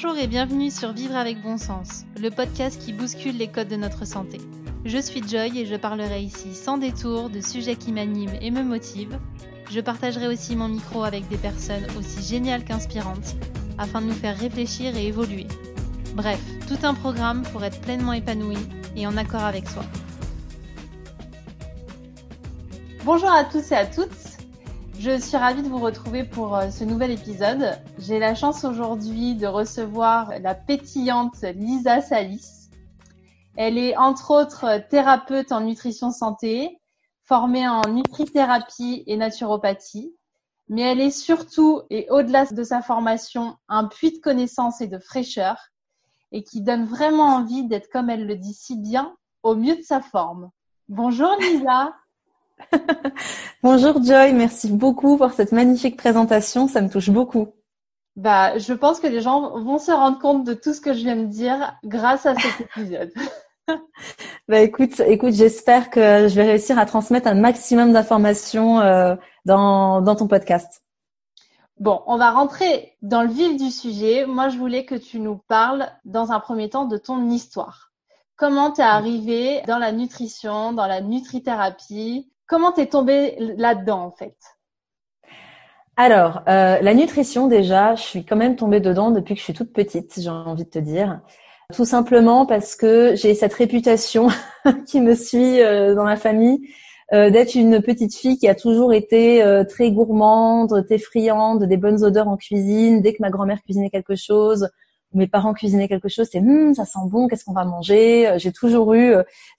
Bonjour et bienvenue sur Vivre avec bon sens, le podcast qui bouscule les codes de notre santé. Je suis Joy et je parlerai ici sans détour de sujets qui m'animent et me motivent. Je partagerai aussi mon micro avec des personnes aussi géniales qu'inspirantes afin de nous faire réfléchir et évoluer. Bref, tout un programme pour être pleinement épanoui et en accord avec soi. Bonjour à tous et à toutes. Je suis ravie de vous retrouver pour ce nouvel épisode. J'ai la chance aujourd'hui de recevoir la pétillante Lisa Salis. Elle est entre autres thérapeute en nutrition santé, formée en nutrithérapie et naturopathie. Mais elle est surtout et au-delà de sa formation un puits de connaissances et de fraîcheur et qui donne vraiment envie d'être, comme elle le dit si bien, au mieux de sa forme. Bonjour Lisa. Bonjour Joy, merci beaucoup pour cette magnifique présentation, ça me touche beaucoup. Je pense que les gens vont se rendre compte de tout ce que je viens de dire grâce à cet épisode. Écoute, j'espère que je vais réussir à transmettre un maximum d'informations dans ton podcast. Bon, on va rentrer dans le vif du sujet. Moi, je voulais que tu nous parles dans un premier temps de ton histoire. Comment t'es arrivée dans la nutrition, dans la nutrithérapie? Comment t'es tombée là-dedans en fait? Alors, la nutrition déjà, je suis quand même tombée dedans depuis que je suis toute petite, j'ai envie de te dire. Tout simplement parce que j'ai cette réputation qui me suit dans ma famille d'être une petite fille qui a toujours été très gourmande, très friande, des bonnes odeurs en cuisine. Dès que ma grand-mère cuisinait quelque chose, mes parents cuisinaient quelque chose, c'est ça sent bon, qu'est-ce qu'on va manger? J'ai toujours eu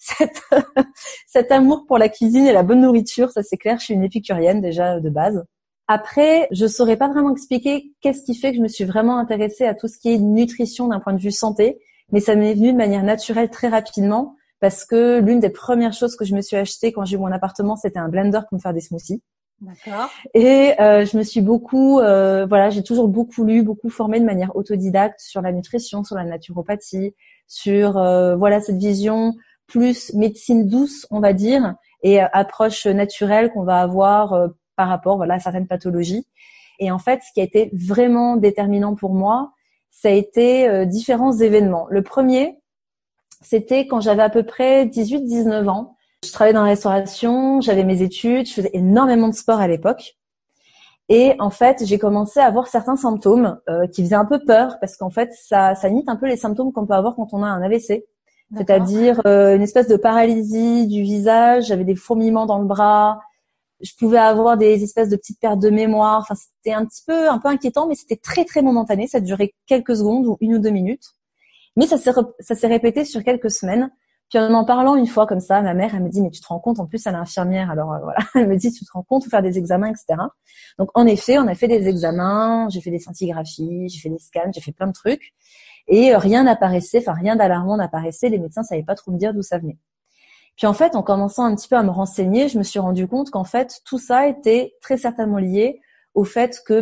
cet amour pour la cuisine et la bonne nourriture, ça c'est clair, je suis une épicurienne déjà de base. Après, je saurais pas vraiment expliquer qu'est-ce qui fait que je me suis vraiment intéressée à tout ce qui est nutrition d'un point de vue santé, mais ça m'est venu de manière naturelle très rapidement parce que l'une des premières choses que je me suis achetée quand j'ai eu mon appartement, c'était un blender pour me faire des smoothies. D'accord. Et je me suis j'ai toujours beaucoup lu, beaucoup formé de manière autodidacte sur la nutrition, sur la naturopathie, sur cette vision plus médecine douce, on va dire, et approche naturelle qu'on va avoir par rapport à certaines pathologies. Et en fait, ce qui a été vraiment déterminant pour moi, ça a été différents événements. Le premier, c'était quand j'avais à peu près 18-19 ans. Je travaillais dans la restauration, j'avais mes études, je faisais énormément de sport à l'époque. Et en fait, j'ai commencé à avoir certains symptômes qui faisaient un peu peur parce qu'en fait, ça imite un peu les symptômes qu'on peut avoir quand on a un AVC. D'accord. C'est-à-dire une espèce de paralysie du visage, j'avais des fourmillements dans le bras, je pouvais avoir des espèces de petites pertes de mémoire. Enfin, c'était un peu inquiétant, mais c'était très très momentané. Ça durait quelques secondes ou 1 ou 2 minutes. Mais ça s'est répété sur quelques semaines. Puis en parlant une fois comme ça, ma mère, elle me dit, mais tu te rends compte, en plus elle est infirmière, alors elle me dit, tu te rends compte, faut faire des examens, etc. Donc en effet, on a fait des examens, j'ai fait des scintigraphies, j'ai fait des scans, j'ai fait plein de trucs. Et rien d'alarmant n'apparaissait, les médecins savaient pas trop me dire d'où ça venait. Puis en fait, en commençant un petit peu à me renseigner, je me suis rendu compte qu'en fait, tout ça était très certainement lié au fait que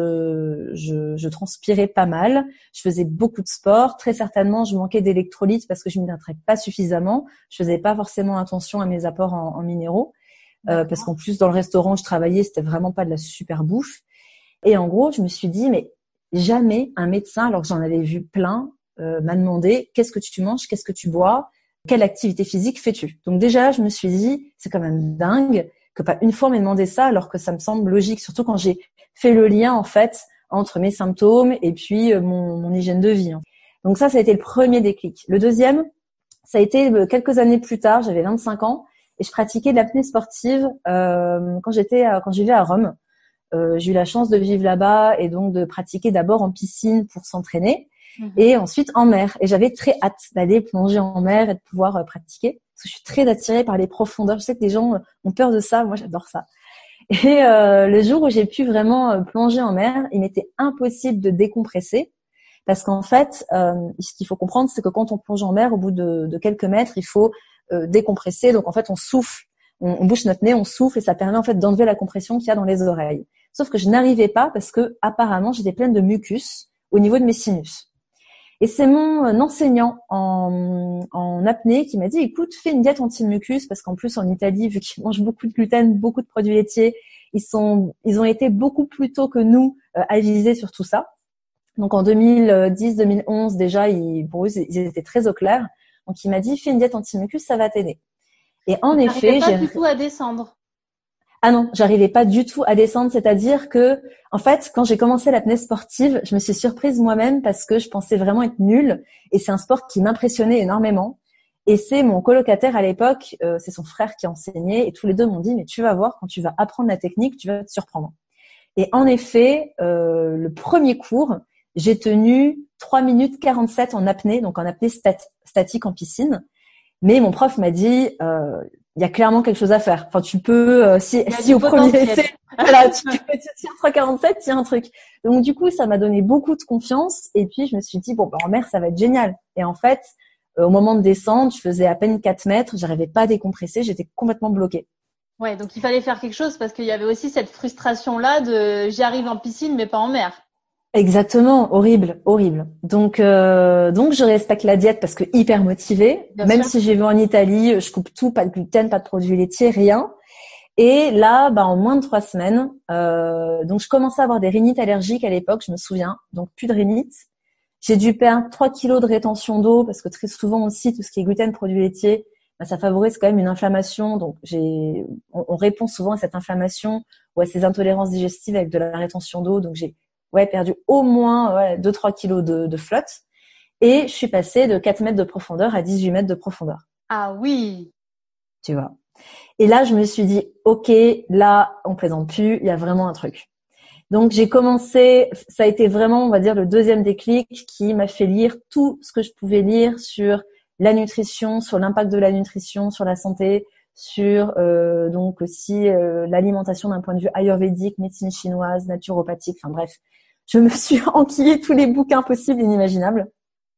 je transpirais pas mal, je faisais beaucoup de sport, très certainement je manquais d'électrolytes parce que je m'hydratais pas suffisamment, je faisais pas forcément attention à mes apports en minéraux parce qu'en plus dans le restaurant où je travaillais, c'était vraiment pas de la super bouffe. Et en gros, je me suis dit mais jamais un médecin, alors que j'en avais vu plein, m'a demandé qu'est-ce que tu manges, qu'est-ce que tu bois, quelle activité physique fais-tu? Donc déjà, je me suis dit c'est quand même dingue que pas une fois on m'ait demandé ça, alors que ça me semble logique, surtout quand j'ai fait le lien en fait entre mes symptômes et puis mon hygiène de vie. Donc ça a été le premier déclic. Le deuxième, ça a été quelques années plus tard, j'avais 25 ans et je pratiquais de l'apnée sportive quand je vivais à Rome. J'ai eu la chance de vivre là-bas et donc de pratiquer d'abord en piscine pour s'entraîner et ensuite en mer. Et j'avais très hâte d'aller plonger en mer et de pouvoir pratiquer. Parce que je suis très attirée par les profondeurs. Je sais que des gens ont peur de ça. Moi, j'adore ça. Et le jour où j'ai pu vraiment plonger en mer, il m'était impossible de décompresser. Parce qu'en fait, ce qu'il faut comprendre, c'est que quand on plonge en mer, au bout de quelques mètres, il faut décompresser. Donc, en fait, on souffle. On bouche notre nez, on souffle et ça permet en fait d'enlever la compression qu'il y a dans les oreilles. Sauf que je n'arrivais pas parce que apparemment, j'étais pleine de mucus au niveau de mes sinus. Et c'est mon enseignant en apnée qui m'a dit, écoute, fais une diète anti-mucus parce qu'en plus en Italie, vu qu'ils mangent beaucoup de gluten, beaucoup de produits laitiers, ils ont été beaucoup plus tôt que nous avisés sur tout ça. Donc en 2010-2011 déjà, ils étaient très au clair. Donc il m'a dit fais une diète anti-mucus, ça va t'aider. Et en effet, pas du tout à descendre. Ah non, j'arrivais pas du tout à descendre. C'est-à-dire que, en fait, quand j'ai commencé l'apnée sportive, je me suis surprise moi-même parce que je pensais vraiment être nulle. Et c'est un sport qui m'impressionnait énormément. Et c'est mon colocataire à l'époque, c'est son frère qui enseignait. Et tous les deux m'ont dit, mais tu vas voir, quand tu vas apprendre la technique, tu vas te surprendre. Et en effet, le premier cours, j'ai tenu 3 minutes 47 en apnée, donc en apnée statique en piscine. Mais mon prof m'a dit, il y a clairement quelque chose à faire. Enfin, tu peux, si au premier essai, voilà, tu tiens 3,47, il y a un truc. Donc, du coup, ça m'a donné beaucoup de confiance. Et puis, je me suis dit, bon, ben, en mer, ça va être génial. Et en fait, au moment de descendre, je faisais à peine 4 mètres, j'arrivais pas à décompresser, j'étais complètement bloquée. Ouais, donc il fallait faire quelque chose parce qu'il y avait aussi cette frustration-là de j'y arrive en piscine, mais pas en mer. Exactement, horrible, horrible. Donc je respecte la diète parce que hyper motivée. Bien Même sûr. si j'ai vu en Italie, je coupe tout, pas de gluten, pas de produits laitiers, rien. Et là, en moins de 3 semaines, donc je commençais à avoir des rhinites allergiques à l'époque, je me souviens. Donc plus de rhinites. J'ai dû perdre 3 kilos de rétention d'eau parce que très souvent aussi tout ce qui est gluten, produits laitiers, ça favorise quand même une inflammation. Donc on répond souvent à cette inflammation ou à ces intolérances digestives avec de la rétention d'eau. Donc j'ai perdu au moins 2-3 kilos de flotte. Et je suis passée de 4 mètres de profondeur à 18 mètres de profondeur. Ah oui. Tu vois. Et là, je me suis dit, OK, là, on plaisante plus, il y a vraiment un truc. Donc, j'ai commencé, ça a été vraiment, on va dire, le deuxième déclic qui m'a fait lire tout ce que je pouvais lire sur la nutrition, sur l'impact de la nutrition, sur la santé, sur donc aussi l'alimentation d'un point de vue ayurvédique, médecine chinoise, naturopathique, enfin bref. Je me suis enquillé tous les bouquins possibles et inimaginables.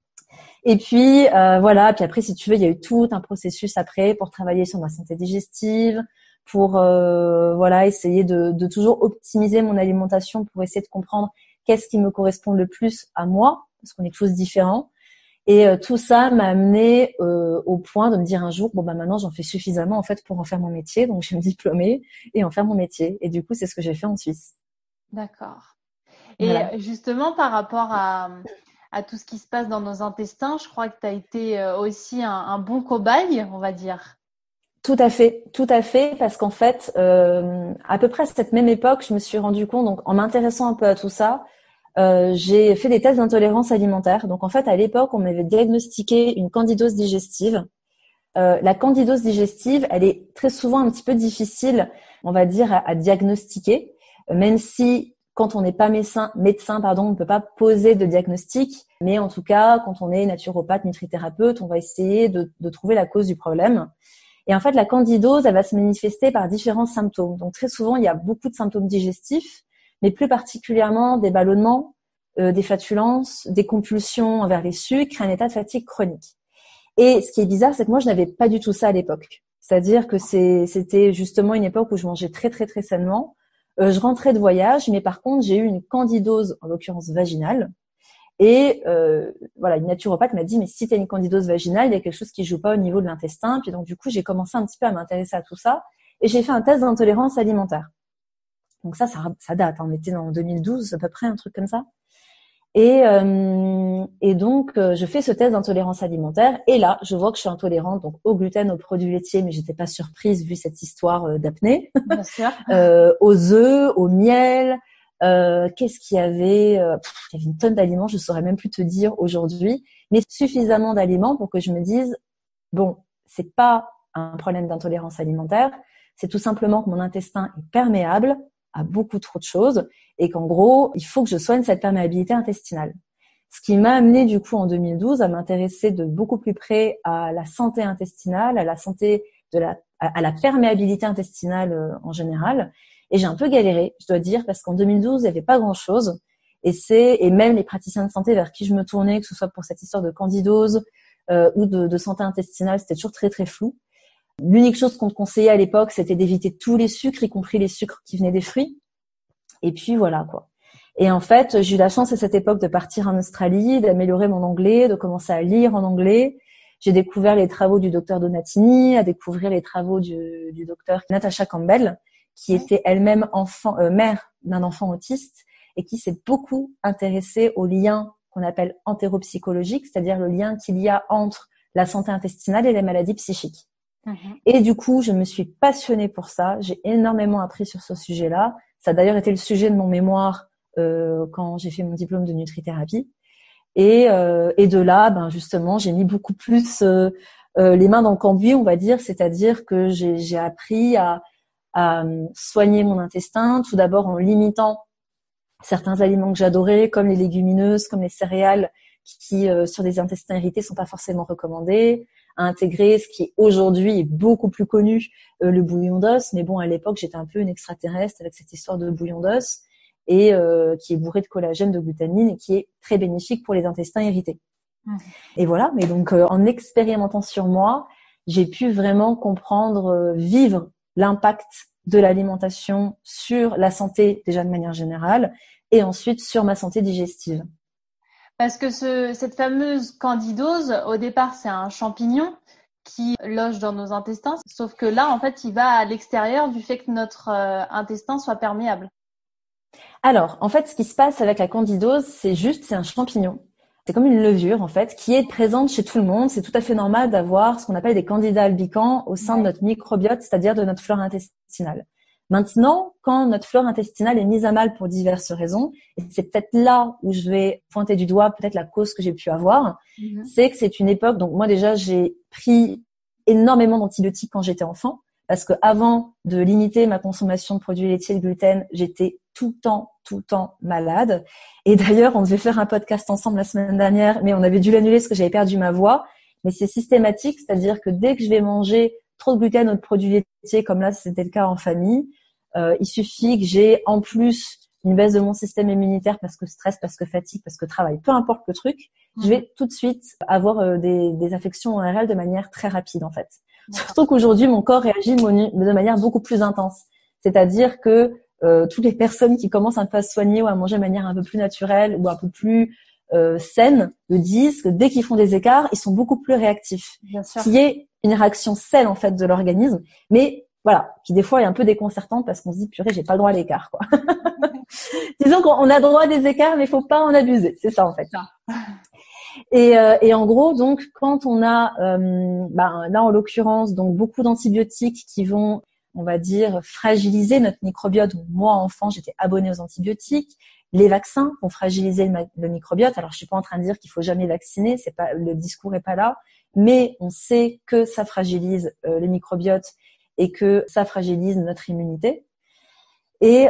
Et puis voilà, puis après si tu veux, il y a eu tout un processus après pour travailler sur ma santé digestive, pour essayer de toujours optimiser mon alimentation pour essayer de comprendre qu'est-ce qui me correspond le plus à moi, parce qu'on est tous différents. Et tout ça m'a amené au point de me dire un jour, maintenant j'en fais suffisamment en fait pour en faire mon métier, donc je vais me diplômer et en faire mon métier. Et du coup, c'est ce que j'ai fait en Suisse. D'accord. Et Voilà. justement, par rapport à tout ce qui se passe dans nos intestins, je crois que tu as été aussi un bon cobaye, on va dire. Tout à fait, parce qu'en fait, à peu près à cette même époque, je me suis rendu compte, donc en m'intéressant un peu à tout ça, j'ai fait des tests d'intolérance alimentaire. Donc en fait, à l'époque, on m'avait diagnostiqué une candidose digestive. La candidose digestive, elle est très souvent un petit peu difficile, on va dire, à diagnostiquer, même si quand on n'est pas médecin, on ne peut pas poser de diagnostic. Mais en tout cas, quand on est naturopathe, nutrithérapeute, on va essayer de trouver la cause du problème. Et en fait, la candidose, elle va se manifester par différents symptômes. Donc très souvent, il y a beaucoup de symptômes digestifs, mais plus particulièrement des ballonnements, des flatulences, des compulsions envers les sucres, un état de fatigue chronique. Et ce qui est bizarre, c'est que moi, je n'avais pas du tout ça à l'époque. C'est-à-dire que c'était justement une époque où je mangeais très, très, très sainement. Je rentrais de voyage, mais par contre, j'ai eu une candidose, en l'occurrence vaginale. Et une naturopathe m'a dit, mais si tu as une candidose vaginale, il y a quelque chose qui joue pas au niveau de l'intestin. Puis donc, du coup, j'ai commencé un petit peu à m'intéresser à tout ça. Et j'ai fait un test d'intolérance alimentaire. Donc ça date. On était en 2012 à peu près, un truc comme ça. Et donc, je fais ce test d'intolérance alimentaire. Et là, je vois que je suis intolérante donc au gluten, aux produits laitiers, mais j'étais pas surprise vu cette histoire d'apnée. Bien sûr. Aux œufs, au miel. Qu'est-ce qu'il y avait il y avait une tonne d'aliments, je saurais même plus te dire aujourd'hui, mais suffisamment d'aliments pour que je me dise bon, c'est pas un problème d'intolérance alimentaire, c'est tout simplement que mon intestin est perméable à beaucoup trop de choses et qu'en gros, il faut que je soigne cette perméabilité intestinale. Ce qui m'a amené du coup en 2012 à m'intéresser de beaucoup plus près à la santé intestinale, à la santé à la perméabilité intestinale en général. Et j'ai un peu galéré, je dois dire, parce qu'en 2012, il n'y avait pas grand-chose. Et même les praticiens de santé vers qui je me tournais, que ce soit pour cette histoire de candidose ou de santé intestinale, c'était toujours très, très flou. L'unique chose qu'on te conseillait à l'époque, c'était d'éviter tous les sucres, y compris les sucres qui venaient des fruits. Et puis voilà, quoi. Et en fait, j'ai eu la chance à cette époque de partir en Australie, d'améliorer mon anglais, de commencer à lire en anglais. J'ai découvert les travaux du docteur Donatini, à découvrir les travaux du docteur Natasha Campbell, qui était elle-même mère d'un enfant autiste et qui s'est beaucoup intéressé aux liens qu'on appelle entéropsychologiques, c'est-à-dire le lien qu'il y a entre la santé intestinale et les maladies psychiques. Et du coup, je me suis passionnée pour ça. J'ai énormément appris sur ce sujet-là. Ça a d'ailleurs été le sujet de mon mémoire quand j'ai fait mon diplôme de nutrithérapie. Et de là, ben justement, j'ai mis beaucoup plus les mains dans le cambouis, on va dire, c'est-à-dire que j'ai appris à soigner mon intestin, tout d'abord en limitant certains aliments que j'adorais, comme les légumineuses, comme les céréales, qui sur des intestins irrités sont pas forcément recommandés, à intégrer ce qui aujourd'hui est beaucoup plus connu, le bouillon d'os. Mais bon, à l'époque, j'étais un peu une extraterrestre avec cette histoire de bouillon d'os et qui est bourré de collagène, de glutamine et qui est très bénéfique pour les intestins irrités. Et voilà. Mais donc, en expérimentant sur moi, j'ai pu vraiment comprendre, vivre l'impact de l'alimentation sur la santé déjà de manière générale et ensuite sur ma santé digestive. Parce que cette fameuse candidose, au départ, c'est un champignon qui loge dans nos intestins, sauf que là, en fait, il va à l'extérieur du fait que notre intestin soit perméable. Alors, en fait, ce qui se passe avec la candidose, c'est un champignon. C'est comme une levure, en fait, qui est présente chez tout le monde. C'est tout à fait normal d'avoir ce qu'on appelle des candidats albicans au sein de notre microbiote, c'est-à-dire de notre flore intestinale. Maintenant, quand notre flore intestinale est mise à mal pour diverses raisons, et c'est peut-être là où je vais pointer du doigt peut-être la cause que j'ai pu avoir, c'est que c'est une époque, donc moi déjà j'ai pris énormément d'antibiotiques quand j'étais enfant, parce que avant de limiter ma consommation de produits laitiers de gluten, j'étais tout le temps malade. Et d'ailleurs, on devait faire un podcast ensemble la semaine dernière, mais on avait dû l'annuler parce que j'avais perdu ma voix. Mais c'est systématique, c'est-à-dire que dès que je vais manger trop de gluten ou de produits laitiers, comme là c'était le cas en famille, il suffit que j'ai en plus une baisse de mon système immunitaire parce que stress, parce que fatigue, parce que travail, peu importe le truc, je vais tout de suite avoir des affections ORL de manière très rapide en fait. Surtout qu'aujourd'hui, mon corps réagit de manière beaucoup plus intense. C'est-à-dire que toutes les personnes qui commencent un peu à se soigner ou à manger de manière un peu plus naturelle ou un peu plus saine le disent que dès qu'ils font des écarts, ils sont beaucoup plus réactifs. Ce qui est une réaction saine en fait de l'organisme, mais voilà, qui des fois est un peu déconcertante parce qu'on se dit purée, j'ai pas le droit à l'écart quoi. Disons qu'on a droit à des écarts, mais il faut pas en abuser. C'est ça en fait. Et en gros, donc, quand on a, là en l'occurrence, donc beaucoup d'antibiotiques qui vont, on va dire, fragiliser notre microbiote. Donc, moi, enfant, j'étais abonnée aux antibiotiques. Les vaccins vont fragiliser le microbiote. Alors, je suis pas en train de dire qu'il faut jamais vacciner. C'est pas, le discours est pas là. Mais on sait que ça fragilise le microbiote et que ça fragilise notre immunité. Et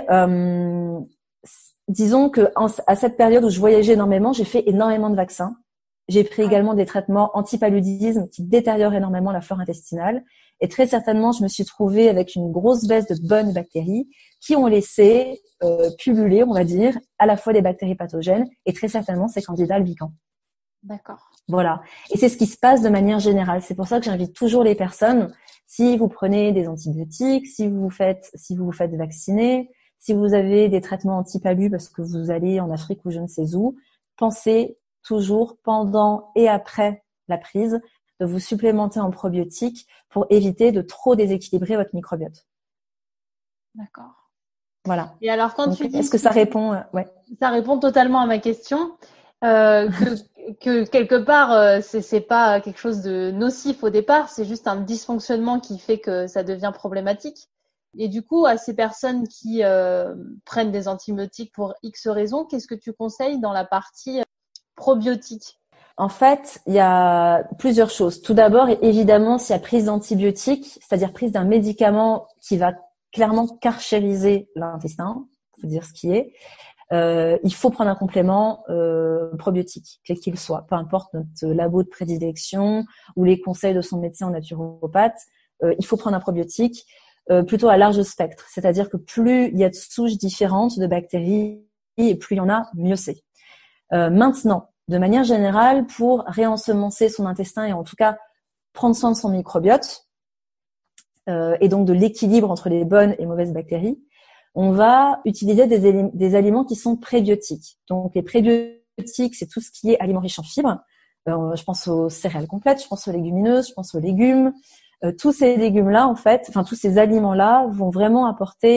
disons que à cette période où je voyageais énormément, j'ai fait énormément de vaccins. J'ai pris également des traitements anti-paludisme qui détériorent énormément la flore intestinale. Et très certainement, je me suis trouvée avec une grosse baisse de bonnes bactéries qui ont laissé pulluler, on va dire, à la fois des bactéries pathogènes et très certainement ces candidats albicans. D'accord. Voilà. Et c'est ce qui se passe de manière générale. C'est pour ça que j'invite toujours les personnes, si vous prenez des antibiotiques, si vous vous faites vacciner, si vous avez des traitements anti-palu parce que vous allez en Afrique ou je ne sais où, pensez toujours pendant et après la prise de vous supplémenter en probiotiques pour éviter de trop déséquilibrer votre microbiote. D'accord. Voilà. Et alors quand tu dis est-ce que ça répond ouais. Ça répond totalement à ma question. Que quelque part c'est pas quelque chose de nocif au départ, c'est juste un dysfonctionnement qui fait que ça devient problématique. Et du coup, à ces personnes qui prennent des antibiotiques pour X raisons, qu'est-ce que tu conseilles dans la partie probiotique? En fait, il y a plusieurs choses. Tout d'abord, évidemment, s'il y a prise d'antibiotiques, c'est-à-dire prise d'un médicament qui va clairement carchériser l'intestin, faut dire ce qui est, il faut prendre un complément probiotique, quel qu'il soit, peu importe notre labo de prédilection ou les conseils de son médecin en naturopathe, il faut prendre un probiotique plutôt à large spectre, c'est-à-dire que plus il y a de souches différentes de bactéries et plus il y en a, mieux c'est. Maintenant, de manière générale, pour réensemencer son intestin et en tout cas prendre soin de son microbiote et donc de l'équilibre entre les bonnes et mauvaises bactéries, on va utiliser des aliments qui sont prébiotiques. Donc les prébiotiques, c'est tout ce qui est aliments riches en fibres. Je pense aux céréales complètes, je pense aux légumineuses, je pense aux légumes. Tous ces légumes-là, en fait, tous ces aliments-là vont vraiment apporter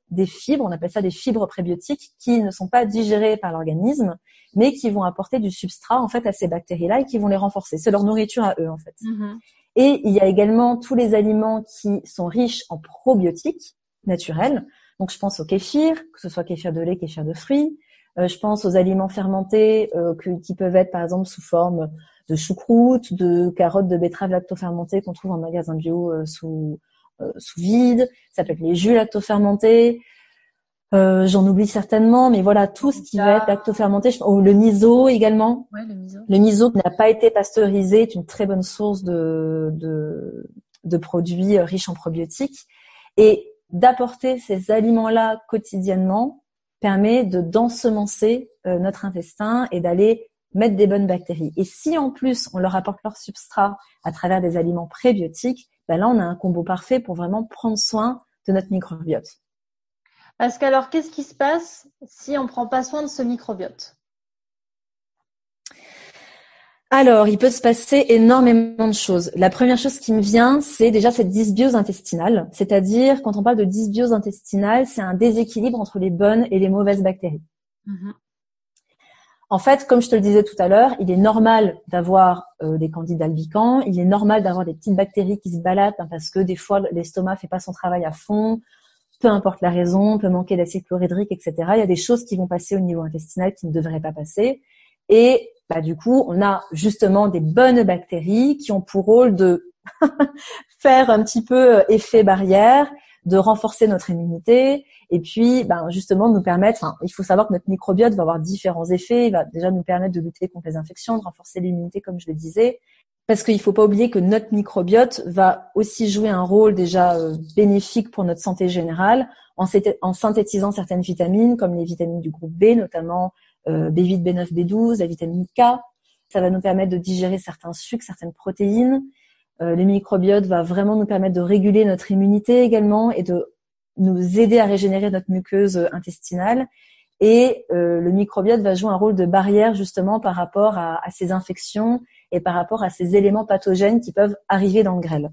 des fibres, on appelle ça des fibres prébiotiques, qui ne sont pas digérées par l'organisme, mais qui vont apporter du substrat en fait à ces bactéries-là et qui vont les renforcer. C'est leur nourriture à eux en fait. Et il y a également tous les aliments qui sont riches en probiotiques naturels. Donc je pense au kéfir, que ce soit kéfir de lait, kéfir de fruits. Je pense aux aliments fermentés qui peuvent être par exemple sous forme de choucroute, de carottes, de betteraves lactofermentées qu'on trouve en magasin bio sous vide. Ça peut être les jus lactofermentés. J'en oublie certainement, mais voilà, tout ce qui va être lactofermenté. Ou le miso également. Ouais, le miso. Le miso qui n'a pas été pasteurisé est une très bonne source de produits riches en probiotiques. Et d'apporter ces aliments-là quotidiennement permet d'ensemencer notre intestin et d'aller mettre des bonnes bactéries. Et si en plus on leur apporte leur substrat à travers des aliments prébiotiques, ben là on a un combo parfait pour vraiment prendre soin de notre microbiote. Parce qu'alors, qu'est-ce qui se passe si on ne prend pas soin de ce microbiote? Alors, il peut se passer énormément de choses. La première chose qui me vient, c'est déjà cette dysbiose intestinale. C'est-à-dire, quand on parle de dysbiose intestinale, c'est un déséquilibre entre les bonnes et les mauvaises bactéries. En fait, comme je te le disais tout à l'heure, il est normal d'avoir des candidats albicans, il est normal d'avoir des petites bactéries qui se baladent parce que des fois, l'estomac fait pas son travail à fond. Peu importe la raison, on peut manquer d'acide chlorhydrique, etc. Il y a des choses qui vont passer au niveau intestinal qui ne devraient pas passer. Et du coup, on a justement des bonnes bactéries qui ont pour rôle de faire un petit peu effet barrière, de renforcer notre immunité et puis justement nous permettre, il faut savoir que notre microbiote va avoir différents effets. Il va déjà nous permettre de lutter contre les infections, de renforcer l'immunité comme je le disais. Parce qu'il faut pas oublier que notre microbiote va aussi jouer un rôle déjà bénéfique pour notre santé générale en synthétisant certaines vitamines comme les vitamines du groupe B, notamment B8, B9, B12, la vitamine K. Ça va nous permettre de digérer certains sucres, certaines protéines. Le microbiote va vraiment nous permettre de réguler notre immunité également et de nous aider à régénérer notre muqueuse intestinale. Et le microbiote va jouer un rôle de barrière justement par rapport à ces infections et par rapport à ces éléments pathogènes qui peuvent arriver dans le grêle.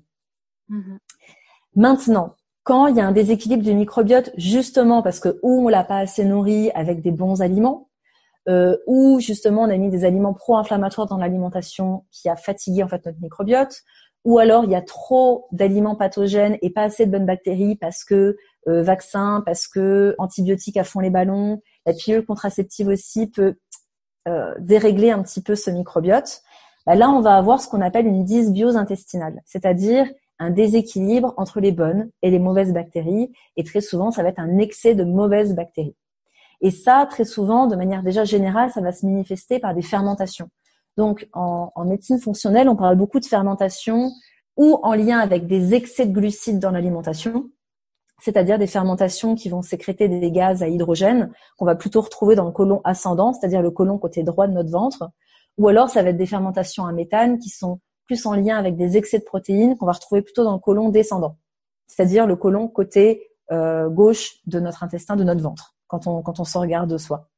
Maintenant, quand il y a un déséquilibre du microbiote, justement parce que ou on l'a pas assez nourri avec des bons aliments, ou justement on a mis des aliments pro-inflammatoires dans l'alimentation qui a fatigué en fait notre microbiote, ou alors il y a trop d'aliments pathogènes et pas assez de bonnes bactéries parce que vaccins, parce que antibiotiques à fond les ballons, la pilule contraceptive aussi peut dérégler un petit peu ce microbiote. Là, on va avoir ce qu'on appelle une dysbiose intestinale, c'est-à-dire un déséquilibre entre les bonnes et les mauvaises bactéries. Et très souvent, ça va être un excès de mauvaises bactéries. Et ça, très souvent, de manière déjà générale, ça va se manifester par des fermentations. Donc, en médecine fonctionnelle, on parle beaucoup de fermentation ou en lien avec des excès de glucides dans l'alimentation, c'est-à-dire des fermentations qui vont sécréter des gaz à hydrogène qu'on va plutôt retrouver dans le côlon ascendant, c'est-à-dire le côlon côté droit de notre ventre. Ou alors, ça va être des fermentations à méthane qui sont plus en lien avec des excès de protéines qu'on va retrouver plutôt dans le côlon descendant, c'est-à-dire le côlon côté gauche de notre intestin, de notre ventre, quand on se regarde de soi.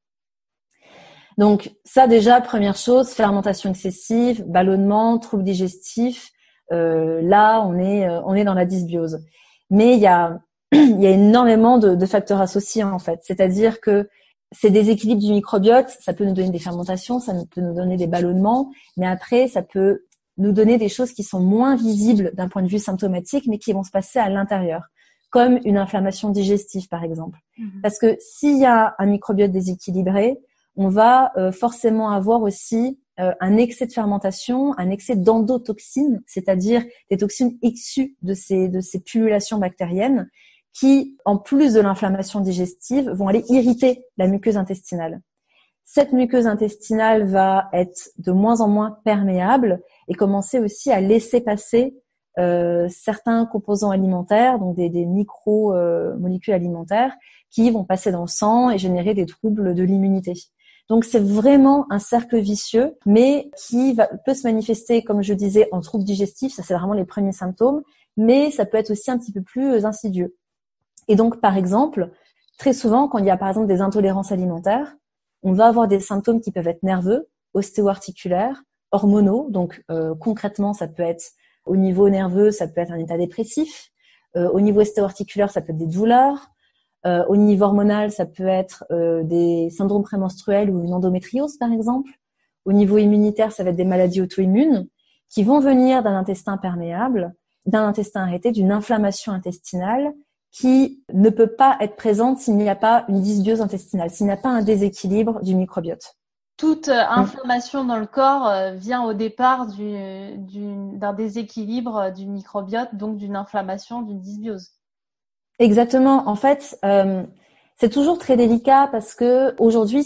Donc ça déjà, première chose, fermentation excessive, ballonnement, troubles digestifs. Là, on est dans la dysbiose. Mais il y a énormément de facteurs associés en fait, c'est-à-dire que ces déséquilibres du microbiote, ça peut nous donner des fermentations, ça peut nous donner des ballonnements, mais après, ça peut nous donner des choses qui sont moins visibles d'un point de vue symptomatique, mais qui vont se passer à l'intérieur, comme une inflammation digestive, par exemple. Parce que s'il y a un microbiote déséquilibré, on va forcément avoir aussi un excès de fermentation, un excès d'endotoxines, c'est-à-dire des toxines issues de ces pullulations bactériennes, qui, en plus de l'inflammation digestive, vont aller irriter la muqueuse intestinale. Cette muqueuse intestinale va être de moins en moins perméable et commencer aussi à laisser passer certains composants alimentaires, donc des micro-molécules alimentaires, qui vont passer dans le sang et générer des troubles de l'immunité. Donc c'est vraiment un cercle vicieux, mais qui peut se manifester, comme je disais, en troubles digestifs, ça c'est vraiment les premiers symptômes, mais ça peut être aussi un petit peu plus insidieux. Et donc, par exemple, très souvent, quand il y a par exemple des intolérances alimentaires, on va avoir des symptômes qui peuvent être nerveux, ostéo-articulaires, hormonaux. Donc, concrètement, ça peut être au niveau nerveux, ça peut être un état dépressif. Au niveau ostéo-articulaire, ça peut être des douleurs. Au niveau hormonal, ça peut être des syndromes prémenstruels ou une endométriose, par exemple. Au niveau immunitaire, ça va être des maladies auto-immunes qui vont venir d'un intestin perméable, d'un intestin arrêté, d'une inflammation intestinale qui ne peut pas être présente s'il n'y a pas une dysbiose intestinale, s'il n'y a pas un déséquilibre du microbiote. Toute inflammation dans le corps vient au départ d'un déséquilibre du microbiote, donc d'une inflammation, d'une dysbiose. Exactement. En fait, c'est toujours très délicat parce que aujourd'hui,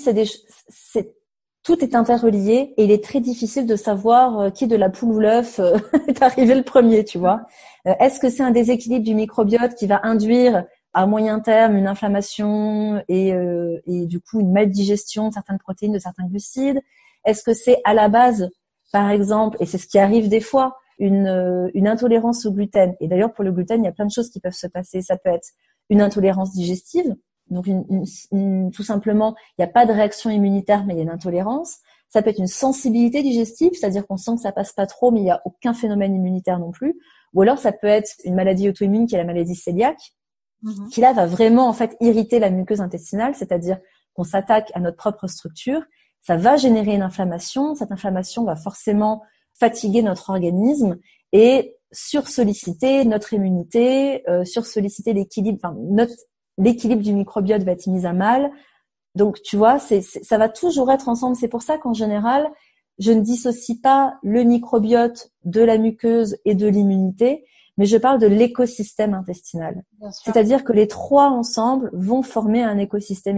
tout est interrelié et il est très difficile de savoir qui de la poule ou l'œuf est arrivé le premier, tu vois. Est-ce que c'est un déséquilibre du microbiote qui va induire à moyen terme une inflammation et du coup une maldigestion de certaines protéines, de certains glucides? Est-ce que c'est à la base, par exemple, et c'est ce qui arrive des fois, une intolérance au gluten? Et d'ailleurs, pour le gluten, il y a plein de choses qui peuvent se passer. Ça peut être une intolérance digestive. Donc, tout simplement, il n'y a pas de réaction immunitaire, mais il y a une intolérance. Ça peut être une sensibilité digestive, c'est-à-dire qu'on sent que ça passe pas trop, mais il n'y a aucun phénomène immunitaire non plus. Ou alors, ça peut être une maladie auto-immune qui est la maladie cœliaque, qui là va vraiment en fait irriter la muqueuse intestinale, c'est-à-dire qu'on s'attaque à notre propre structure. Ça va générer une inflammation. Cette inflammation va forcément fatiguer notre organisme et sursolliciter notre immunité, sursolliciter l'équilibre, l'équilibre du microbiote va être mis à mal. Donc, tu vois, ça va toujours être ensemble. C'est pour ça qu'en général, je ne dissocie pas le microbiote de la muqueuse et de l'immunité, mais je parle de l'écosystème intestinal. C'est-à-dire que les trois ensemble vont former un écosystème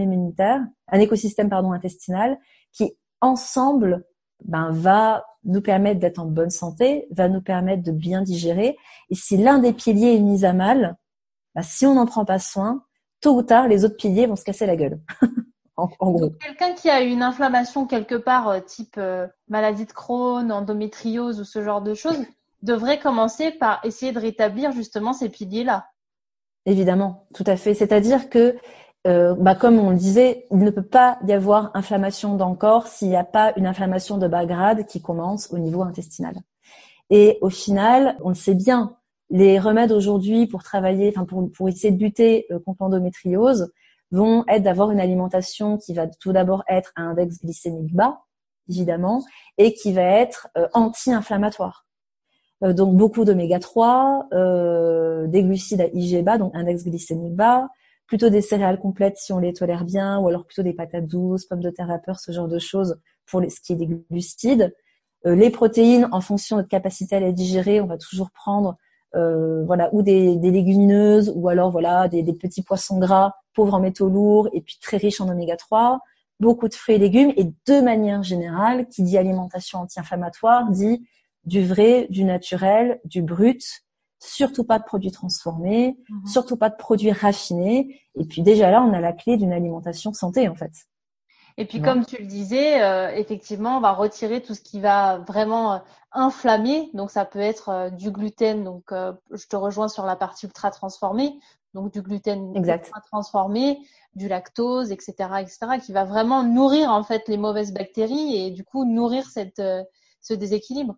intestinal qui ensemble, va nous permettre d'être en bonne santé, va nous permettre de bien digérer. Et si l'un des piliers est mis à mal, si on n'en prend pas soin, tôt ou tard, les autres piliers vont se casser la gueule. en gros. Donc, quelqu'un qui a une inflammation quelque part, type maladie de Crohn, endométriose ou ce genre de choses, devrait commencer par essayer de rétablir justement ces piliers-là. Évidemment, tout à fait. C'est-à-dire que, comme on le disait, il ne peut pas y avoir inflammation dans le corps s'il n'y a pas une inflammation de bas grade qui commence au niveau intestinal. Et au final, on le sait bien, les remèdes aujourd'hui pour travailler, pour essayer de lutter contre l'endométriose, vont être d'avoir une alimentation qui va tout d'abord être à index glycémique bas, évidemment, et qui va être anti-inflammatoire. Donc beaucoup d'oméga 3, des glucides à IG bas, donc index glycémique bas, plutôt des céréales complètes si on les tolère bien, ou alors plutôt des patates douces, pommes de terre vapeur, ce genre de choses pour ce qui est des glucides. Les protéines, en fonction de notre capacité à les digérer, on va toujours prendre ou des légumineuses, ou alors des petits poissons gras pauvres en métaux lourds et puis très riches en oméga 3, beaucoup de fruits et légumes, et de manière générale, qui dit alimentation anti-inflammatoire, dit du vrai, du naturel, du brut, surtout pas de produits transformés, surtout pas de produits raffinés, et puis déjà là, on a la clé d'une alimentation santé en fait. Et puis, comme tu le disais, effectivement, on va retirer tout ce qui va vraiment inflammer. Donc, ça peut être du gluten. Donc, je te rejoins sur la partie ultra transformée. Donc, du gluten ultra transformé, du lactose, etc., qui va vraiment nourrir en fait les mauvaises bactéries et du coup nourrir ce déséquilibre.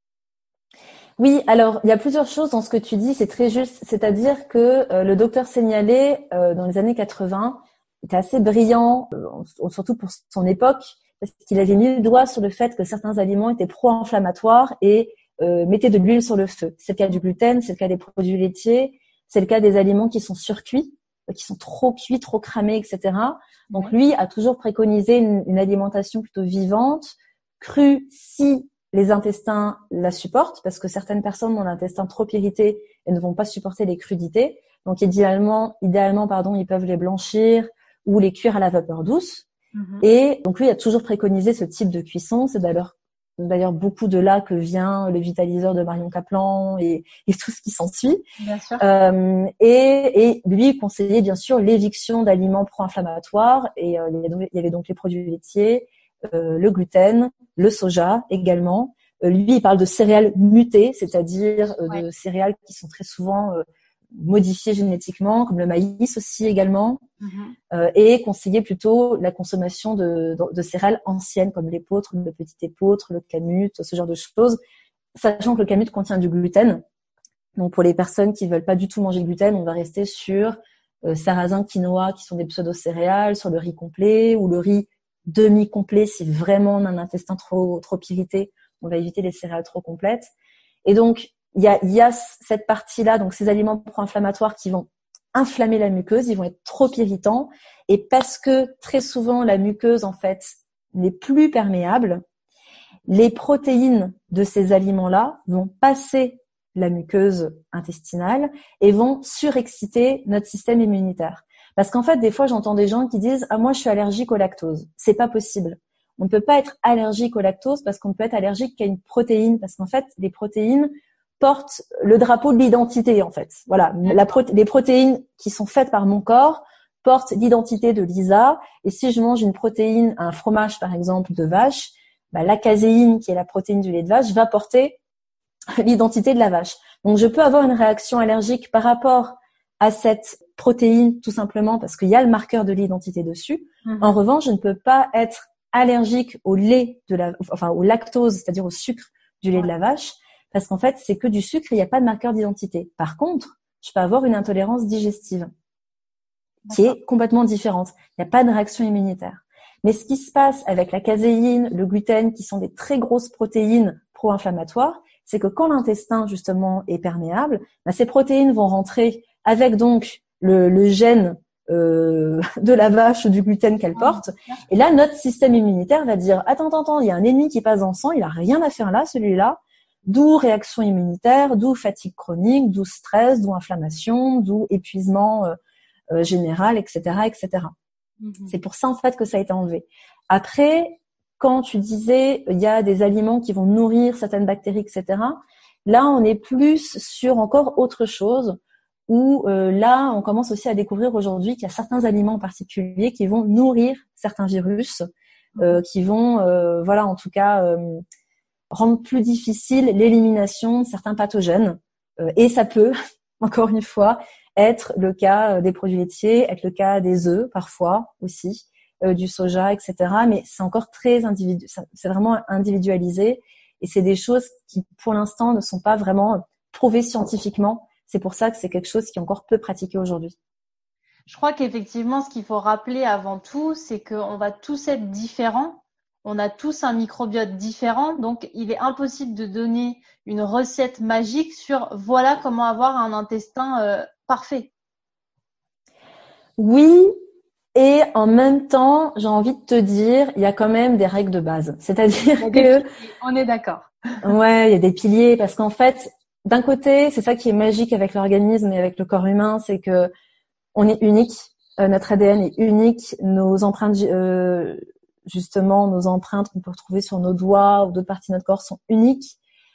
Oui, alors il y a plusieurs choses dans ce que tu dis, c'est très juste. C'est-à-dire que le docteur Seignalé, dans les années 80, était assez brillant, surtout pour son époque, parce qu'il avait mis le doigt sur le fait que certains aliments étaient pro-inflammatoires et mettaient de l'huile sur le feu. C'est le cas du gluten, c'est le cas des produits laitiers, c'est le cas des aliments qui sont surcuits, qui sont trop cuits, trop cramés, etc. Donc lui a toujours préconisé une alimentation plutôt vivante, crue, si les intestins la supportent, parce que certaines personnes ont l'intestin trop irrité et ne vont pas supporter les crudités. Donc idéalement, ils peuvent les blanchir ou les cuire à la vapeur douce. Et donc lui a toujours préconisé ce type de cuisson. C'est d'ailleurs beaucoup de là que vient le vitaliseur de Marion Caplan et tout ce qui s'ensuit. Bien sûr. Et lui conseillait bien sûr l'éviction d'aliments pro-inflammatoires. Et il y avait donc les produits laitiers, le gluten, le soja également. Lui, il parle de céréales mutées, c'est-à-dire de céréales qui sont très souvent modifiées génétiquement, comme le maïs aussi également, et conseiller plutôt la consommation de céréales anciennes comme l'épeautre, le petit épeautre, le canut, ce genre de choses, sachant que le canut contient du gluten. Donc pour les personnes qui veulent pas du tout manger de gluten, on va rester sur sarrasin, quinoa, qui sont des pseudo-céréales, sur le riz complet ou le riz demi-complet si vraiment on a un intestin trop irrité. On va éviter les céréales trop complètes. Et donc, il y a cette partie-là, donc ces aliments pro-inflammatoires qui vont inflammer la muqueuse, ils vont être trop irritants. Et parce que très souvent, la muqueuse, en fait, n'est plus perméable, les protéines de ces aliments-là vont passer la muqueuse intestinale et vont surexciter notre système immunitaire. Parce qu'en fait, des fois, j'entends des gens qui disent « Ah, moi, je suis allergique au lactose ». C'est pas possible. On ne peut pas être allergique au lactose parce qu'on peut être allergique qu'à une protéine. Parce qu'en fait, les protéines portent le drapeau de l'identité, en fait. Voilà. Les protéines qui sont faites par mon corps portent l'identité de Lisa. Et si je mange une protéine, un fromage, par exemple, de vache, la caséine, qui est la protéine du lait de vache, va porter l'identité de la vache. Donc, je peux avoir une réaction allergique par rapport à cette protéine, tout simplement parce qu'il y a le marqueur de l'identité dessus. En revanche, je ne peux pas être allergique au lait au lactose, c'est-à-dire au sucre du lait de la vache, parce qu'en fait, c'est que du sucre, il n'y a pas de marqueur d'identité. Par contre, je peux avoir une intolérance digestive qui est complètement différente. Il n'y a pas de réaction immunitaire. Mais ce qui se passe avec la caséine, le gluten, qui sont des très grosses protéines pro-inflammatoires, c'est que quand l'intestin, justement, est perméable, ces protéines vont rentrer avec donc le gène de la vache ou du gluten qu'elle porte. Et là, notre système immunitaire va dire « Attends, il y a un ennemi qui passe dans le sang, il a rien à faire là, celui-là. » D'où réaction immunitaire, d'où fatigue chronique, d'où stress, d'où inflammation, d'où épuisement général, etc., etc. C'est pour ça, en fait, que ça a été enlevé. Après, quand tu disais il y a des aliments qui vont nourrir certaines bactéries, etc., là, on est plus sur encore autre chose où là, on commence aussi à découvrir aujourd'hui qu'il y a certains aliments en particulier qui vont nourrir certains virus, qui vont, en tout cas, rendre plus difficile l'élimination de certains pathogènes. Et ça peut, encore une fois, être le cas des produits laitiers, être le cas des œufs parfois aussi, du soja, etc. Mais c'est encore très c'est vraiment individualisé et c'est des choses qui, pour l'instant, ne sont pas vraiment prouvées scientifiquement. C'est pour ça que c'est quelque chose qui est encore peu pratiqué aujourd'hui. Je crois qu'effectivement, ce qu'il faut rappeler avant tout, c'est qu'on va tous être différents. On a tous un microbiote différent, donc il est impossible de donner une recette magique sur voilà comment avoir un intestin parfait. Oui, et en même temps, j'ai envie de te dire, il y a quand même des règles de base. C'est-à-dire que on est d'accord. Ouais, il y a des piliers parce qu'en fait, d'un côté, c'est ça qui est magique avec l'organisme et avec le corps humain, c'est que on est unique, notre ADN est unique, nos empreintes justement, nos empreintes qu'on peut retrouver sur nos doigts ou d'autres parties de notre corps sont uniques.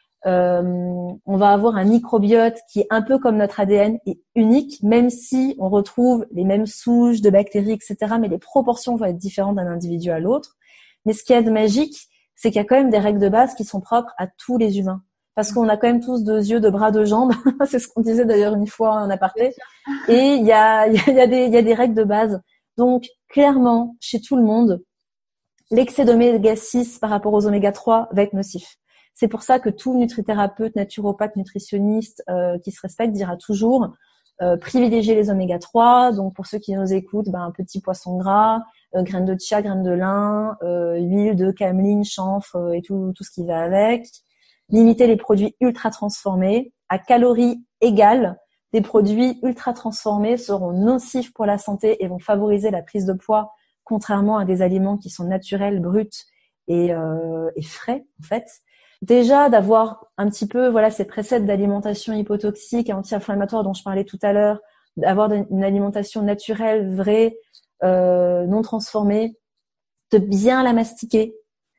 On va avoir un microbiote qui est un peu comme notre ADN et unique, même si on retrouve les mêmes souches de bactéries, etc. Mais les proportions vont être différentes d'un individu à l'autre. Mais ce qui est de magique, c'est qu'il y a quand même des règles de base qui sont propres à tous les humains. Parce qu'on a quand même tous 2 yeux, 2 bras, 2 jambes. C'est ce qu'on disait d'ailleurs une fois en aparté. Et il y a des règles de base. Donc, clairement, chez tout le monde, l'excès d'oméga 6 par rapport aux oméga 3 va être nocif. C'est pour ça que tout nutrithérapeute, naturopathe, nutritionniste qui se respecte dira toujours privilégier les oméga 3. Donc pour ceux qui nous écoutent, un petit poisson gras, graines de chia, graines de lin, huile de cameline, chanvre et tout ce qui va avec. Limiter les produits ultra transformés. À calories égales, des produits ultra transformés seront nocifs pour la santé et vont favoriser la prise de poids, contrairement à des aliments qui sont naturels, bruts et frais en fait. Déjà d'avoir un petit peu ces préceptes d'alimentation hypotoxique et anti-inflammatoire dont je parlais tout à l'heure, d'avoir une alimentation naturelle, vraie, non transformée, de bien la mastiquer,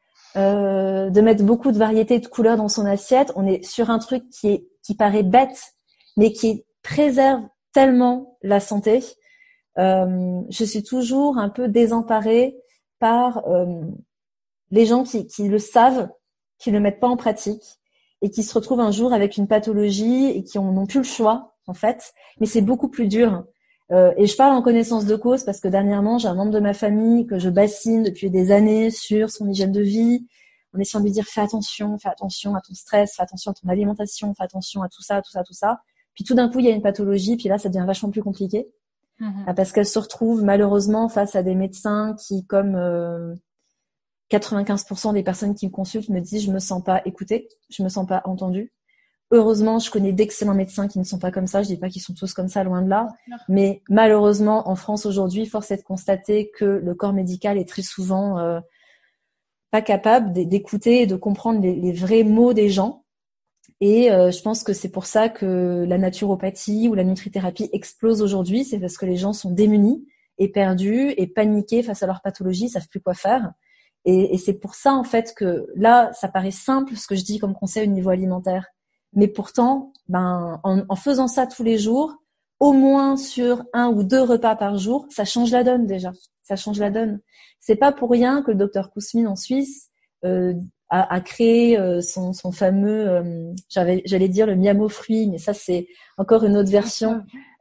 de mettre beaucoup de variétés et de couleurs dans son assiette. On est sur un truc qui paraît bête, mais qui préserve tellement la santé. Je suis toujours un peu désemparée par les gens qui le savent, qui le mettent pas en pratique et qui se retrouvent un jour avec une pathologie et qui n'ont plus le choix en fait. Mais c'est beaucoup plus dur. Et je parle en connaissance de cause parce que dernièrement, j'ai un membre de ma famille que je bassine depuis des années sur son hygiène de vie, en essayant de lui dire fais attention à ton stress, fais attention à ton alimentation, fais attention à tout ça. Puis tout d'un coup, il y a une pathologie, puis là, ça devient vachement plus compliqué. parce qu'elles se retrouvent malheureusement face à des médecins qui, comme 95% des personnes qui me consultent me disent je me sens pas écoutée, je me sens pas entendue. Heureusement, je connais d'excellents médecins qui ne sont pas comme ça. Je dis pas qu'ils sont tous comme ça, loin de là. Mais malheureusement, en France aujourd'hui, force est de constater que le corps médical est très souvent pas capable d'écouter et de comprendre les vrais mots des gens. Et je pense que c'est pour ça que la naturopathie ou la nutrithérapie explose aujourd'hui. C'est parce que les gens sont démunis et perdus et paniqués face à leur pathologie, ils savent plus quoi faire. Et c'est pour ça, en fait, que là, ça paraît simple ce que je dis comme conseil au niveau alimentaire. Mais pourtant, en faisant ça tous les jours, au moins sur 1 ou 2 repas par jour, ça change la donne déjà. Ça change la donne. C'est pas pour rien que le docteur Kousmine en Suisse a créé son fameux, j'allais dire le miam aux fruits, mais ça c'est encore une autre version.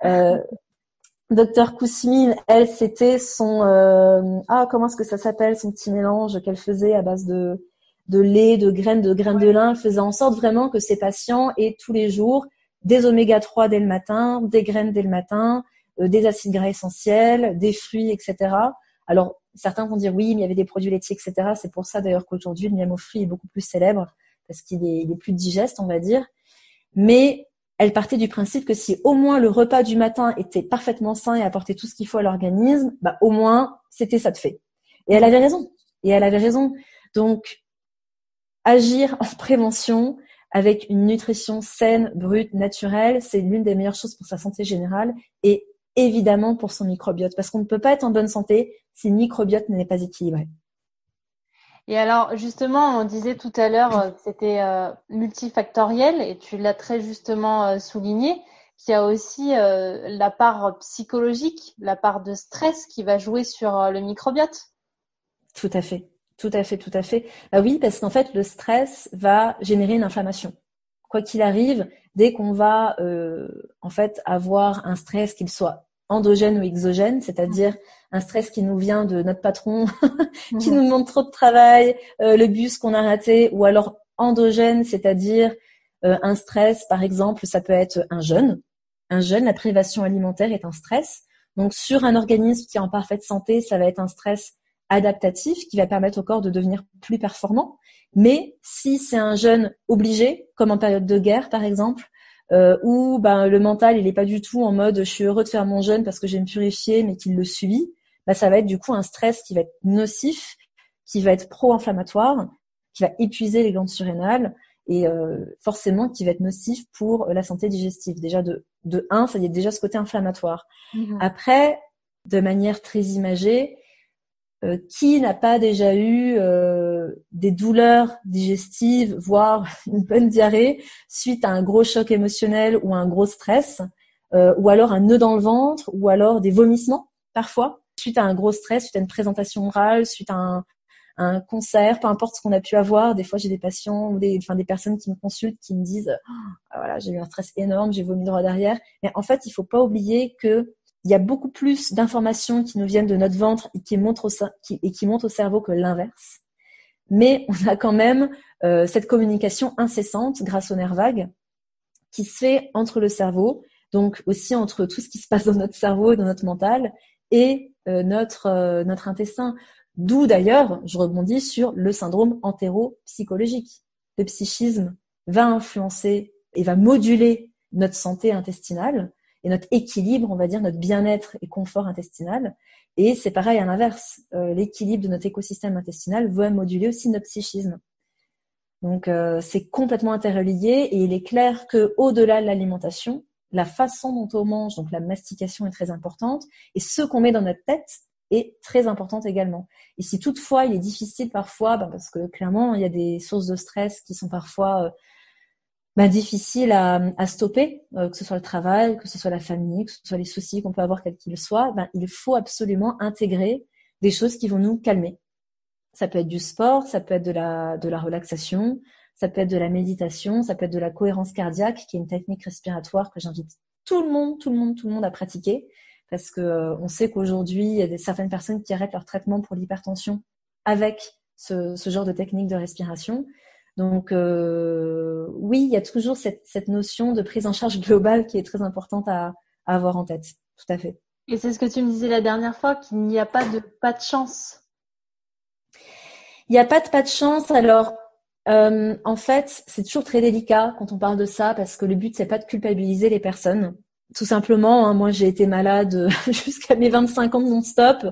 Docteur Kousmine, elle, c'était son comment est-ce que ça s'appelle, son petit mélange qu'elle faisait à base de lait, de graines de lin. Elle faisait en sorte vraiment que ses patients aient tous les jours des oméga 3 dès le matin, des graines dès le matin, des acides gras essentiels, des fruits, etc. Alors, certains vont dire oui, mais il y avait des produits laitiers, etc. C'est pour ça d'ailleurs qu'aujourd'hui, le miam aux fruits est beaucoup plus célèbre parce qu'il est plus digeste, on va dire. Mais elle partait du principe que si au moins le repas du matin était parfaitement sain et apportait tout ce qu'il faut à l'organisme, au moins, c'était ça de fait. Et elle avait raison. Donc, agir en prévention avec une nutrition saine, brute, naturelle, c'est l'une des meilleures choses pour sa santé générale et évidemment pour son microbiote. Parce qu'on ne peut pas être en bonne santé si le microbiote n'est pas équilibré. Et alors, justement, on disait tout à l'heure que c'était multifactoriel et tu l'as très justement souligné, qu'il y a aussi la part psychologique, la part de stress qui va jouer sur le microbiote. Tout à fait. Oui, parce qu'en fait, le stress va générer une inflammation. Quoi qu'il arrive, dès qu'on va en fait avoir un stress, qu'il soit endogène ou exogène, c'est-à-dire un stress qui nous vient de notre patron, qui nous demande trop de travail, le bus qu'on a raté, ou alors endogène, c'est-à-dire un stress, par exemple, ça peut être un jeûne. Un jeûne, la privation alimentaire est un stress. Donc, sur un organisme qui est en parfaite santé, ça va être un stress adaptatif qui va permettre au corps de devenir plus performant. Mais si c'est un jeûne obligé, comme en période de guerre, par exemple, où le mental il est pas du tout en mode je suis heureux de faire mon jeûne parce que je vais me purifier, mais qu'il le subit, ça va être du coup un stress qui va être nocif, qui va être pro-inflammatoire, qui va épuiser les glandes surrénales et forcément qui va être nocif pour la santé digestive. Déjà de 1, ça y est déjà ce côté inflammatoire. Après, de manière très imagée, qui n'a pas déjà eu des douleurs digestives, voire une bonne diarrhée suite à un gros choc émotionnel ou un gros stress, ou alors un nœud dans le ventre, ou alors des vomissements parfois, suite à un gros stress, suite à une présentation orale, suite à un concert, peu importe ce qu'on a pu avoir. Des fois, j'ai des patients ou des personnes qui me consultent qui me disent voilà, j'ai eu un stress énorme, j'ai vomi droit derrière. Mais en fait, il faut pas oublier que il y a beaucoup plus d'informations qui nous viennent de notre ventre et qui montent au cerveau que l'inverse. Mais on a quand même cette communication incessante grâce au nerf vague qui se fait entre le cerveau, donc aussi entre tout ce qui se passe dans notre cerveau et dans notre mental et notre intestin. D'où d'ailleurs, je rebondis sur le syndrome entéropsychologique. Le psychisme va influencer et va moduler notre santé intestinale et notre équilibre, on va dire, notre bien-être et confort intestinal. Et c'est pareil à l'inverse. L'équilibre de notre écosystème intestinal va moduler aussi notre psychisme. Donc, c'est complètement interrelié et il est clair que au-delà de l'alimentation, la façon dont on mange, donc la mastication est très importante et ce qu'on met dans notre tête est très importante également. Et si toutefois il est difficile parfois, parce que clairement il y a des sources de stress qui sont parfois difficile à stopper, que ce soit le travail, que ce soit la famille, que ce soit les soucis qu'on peut avoir quels qu'ils soient, il faut absolument intégrer des choses qui vont nous calmer. Ça peut être du sport, ça peut être de la relaxation, ça peut être de la méditation, ça peut être de la cohérence cardiaque, qui est une technique respiratoire que j'invite tout le monde à pratiquer, parce que on sait qu'aujourd'hui, il y a certaines personnes qui arrêtent leur traitement pour l'hypertension avec ce genre de technique de respiration. Donc oui, il y a toujours cette notion de prise en charge globale qui est très importante à avoir en tête. Tout à fait. Et c'est ce que tu me disais la dernière fois, qu'il n'y a pas de chance. Il n'y a pas de chance. Alors, en fait, c'est toujours très délicat quand on parle de ça parce que le but, c'est pas de culpabiliser les personnes. Tout simplement, hein, moi, j'ai été malade jusqu'à mes 25 ans non-stop.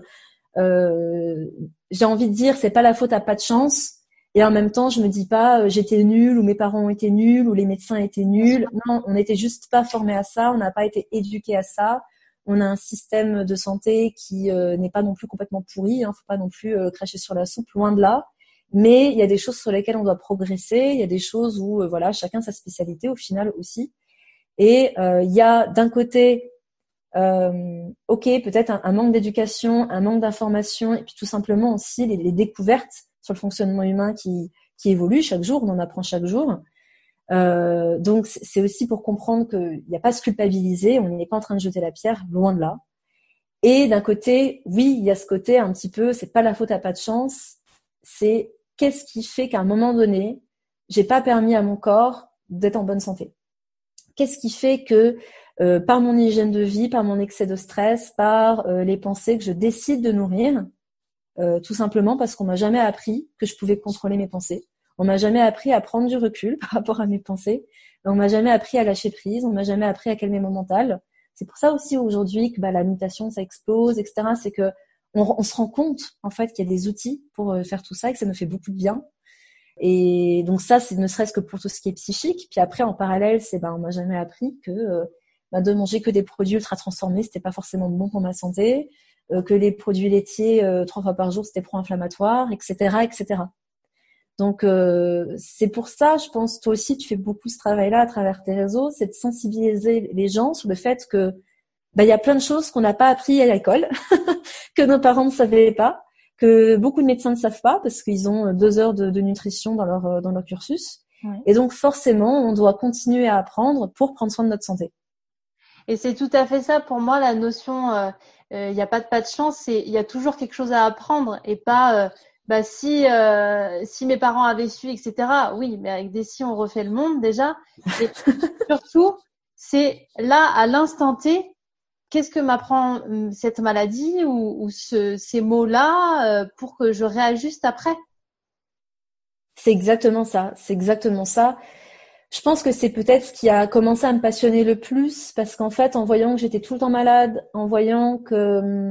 J'ai envie de dire, c'est pas la faute à pas de chance. Et en même temps, je me dis pas, j'étais nulle ou mes parents ont été nuls ou les médecins étaient nuls. Non, on n'était juste pas formés à ça. On n'a pas été éduqués à ça. On a un système de santé qui n'est pas non plus complètement pourri. Hein, faut pas non plus cracher sur la soupe, loin de là. Mais il y a des choses sur lesquelles on doit progresser. Il y a des choses où voilà, chacun sa spécialité au final aussi. Et il y a d'un côté ok, peut-être un manque d'éducation, un manque d'information, et puis tout simplement aussi les découvertes sur le fonctionnement humain qui évoluent chaque jour, on en apprend chaque jour. Donc c'est aussi pour comprendre qu'il n'y a pas à se culpabiliser, on n'est pas en train de jeter la pierre, loin de là. Et d'un côté, oui, il y a ce côté un petit peu, c'est pas la faute à pas de chance, c'est qu'est-ce qui fait qu'à un moment donné, j'ai pas permis à mon corps d'être en bonne santé. Qu'est-ce qui fait que par mon hygiène de vie, par mon excès de stress, par les pensées que je décide de nourrir, tout simplement parce qu'on m'a jamais appris que je pouvais contrôler mes pensées. On m'a jamais appris à prendre du recul par rapport à mes pensées. On m'a jamais appris à lâcher prise. On m'a jamais appris à calmer mon mental. C'est pour ça aussi aujourd'hui que la mutation ça explose, etc. C'est que on se rend compte en fait qu'il y a des outils pour faire tout ça et que ça nous fait beaucoup de bien. Et donc ça, c'est ne serait-ce que pour tout ce qui est psychique. Puis après, en parallèle, on m'a jamais appris que de manger que des produits ultra transformés, c'était pas forcément bon pour ma santé, que les produits laitiers 3 fois par jour, c'était pro-inflammatoire, etc., etc. Donc c'est pour ça, je pense, toi aussi, tu fais beaucoup ce travail-là à travers tes réseaux, c'est de sensibiliser les gens sur le fait que il y a plein de choses qu'on n'a pas appris à l'école, que nos parents ne savaient pas, que beaucoup de médecins ne savent pas parce qu'ils ont 2 heures de nutrition dans leur cursus. Ouais. Et donc forcément, on doit continuer à apprendre pour prendre soin de notre santé. Et c'est tout à fait ça pour moi, la notion il n'y a pas de chance, c'est il y a toujours quelque chose à apprendre et pas si mes parents avaient su, etc. Oui, mais avec des si on refait le monde déjà. Et surtout, c'est là à l'instant T, qu'est-ce que m'apprend cette maladie ou ces mots-là pour que je réajuste après? C'est exactement ça. C'est exactement ça. Je pense que c'est peut-être ce qui a commencé à me passionner le plus parce qu'en fait, en voyant que j'étais tout le temps malade, en voyant que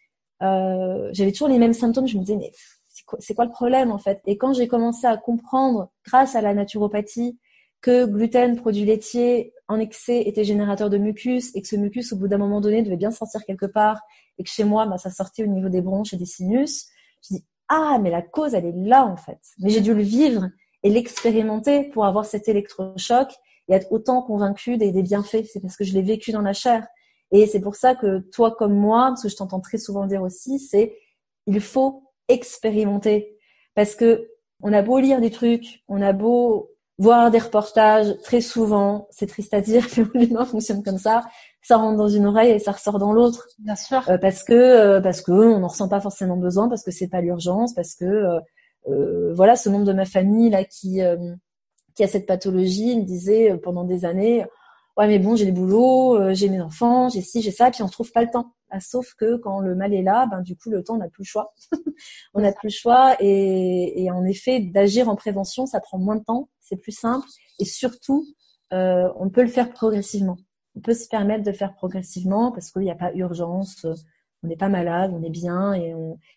j'avais toujours les mêmes symptômes, je me disais mais c'est quoi le problème en fait? Et quand j'ai commencé à comprendre, grâce à la naturopathie, que gluten, produits laitiers en excès était générateur de mucus et que ce mucus, au bout d'un moment donné, devait bien sortir quelque part et que chez moi, ça sortait au niveau des bronches et des sinus, je dis ah mais la cause elle est là en fait. Mais j'ai dû le vivre et l'expérimenter pour avoir cet électrochoc et être autant convaincue des bienfaits. C'est parce que je l'ai vécu dans la chair. Et c'est pour ça que toi comme moi, parce que je t'entends très souvent le dire aussi, c'est il faut expérimenter. Parce que on a beau lire des trucs, on a beau voir des reportages, très souvent, c'est triste à dire, mais l'humain fonctionne comme ça rentre dans une oreille et ça ressort dans l'autre. Bien sûr. Parce que on n'en ressent pas forcément besoin, parce que c'est pas l'urgence, parce que voilà, ce membre de ma famille là qui a cette pathologie, il me disait pendant des années, ouais mais bon j'ai le boulot, j'ai mes enfants, j'ai ci, j'ai ça, puis on trouve pas le temps. Sauf que quand le mal est là, du coup le temps on n'a plus le choix. On n'a plus le choix et en effet d'agir en prévention, ça prend moins de temps, c'est plus simple et surtout on peut le faire progressivement. On peut se permettre de faire progressivement parce qu'il n'y a pas urgence, on n'est pas malade, on est bien et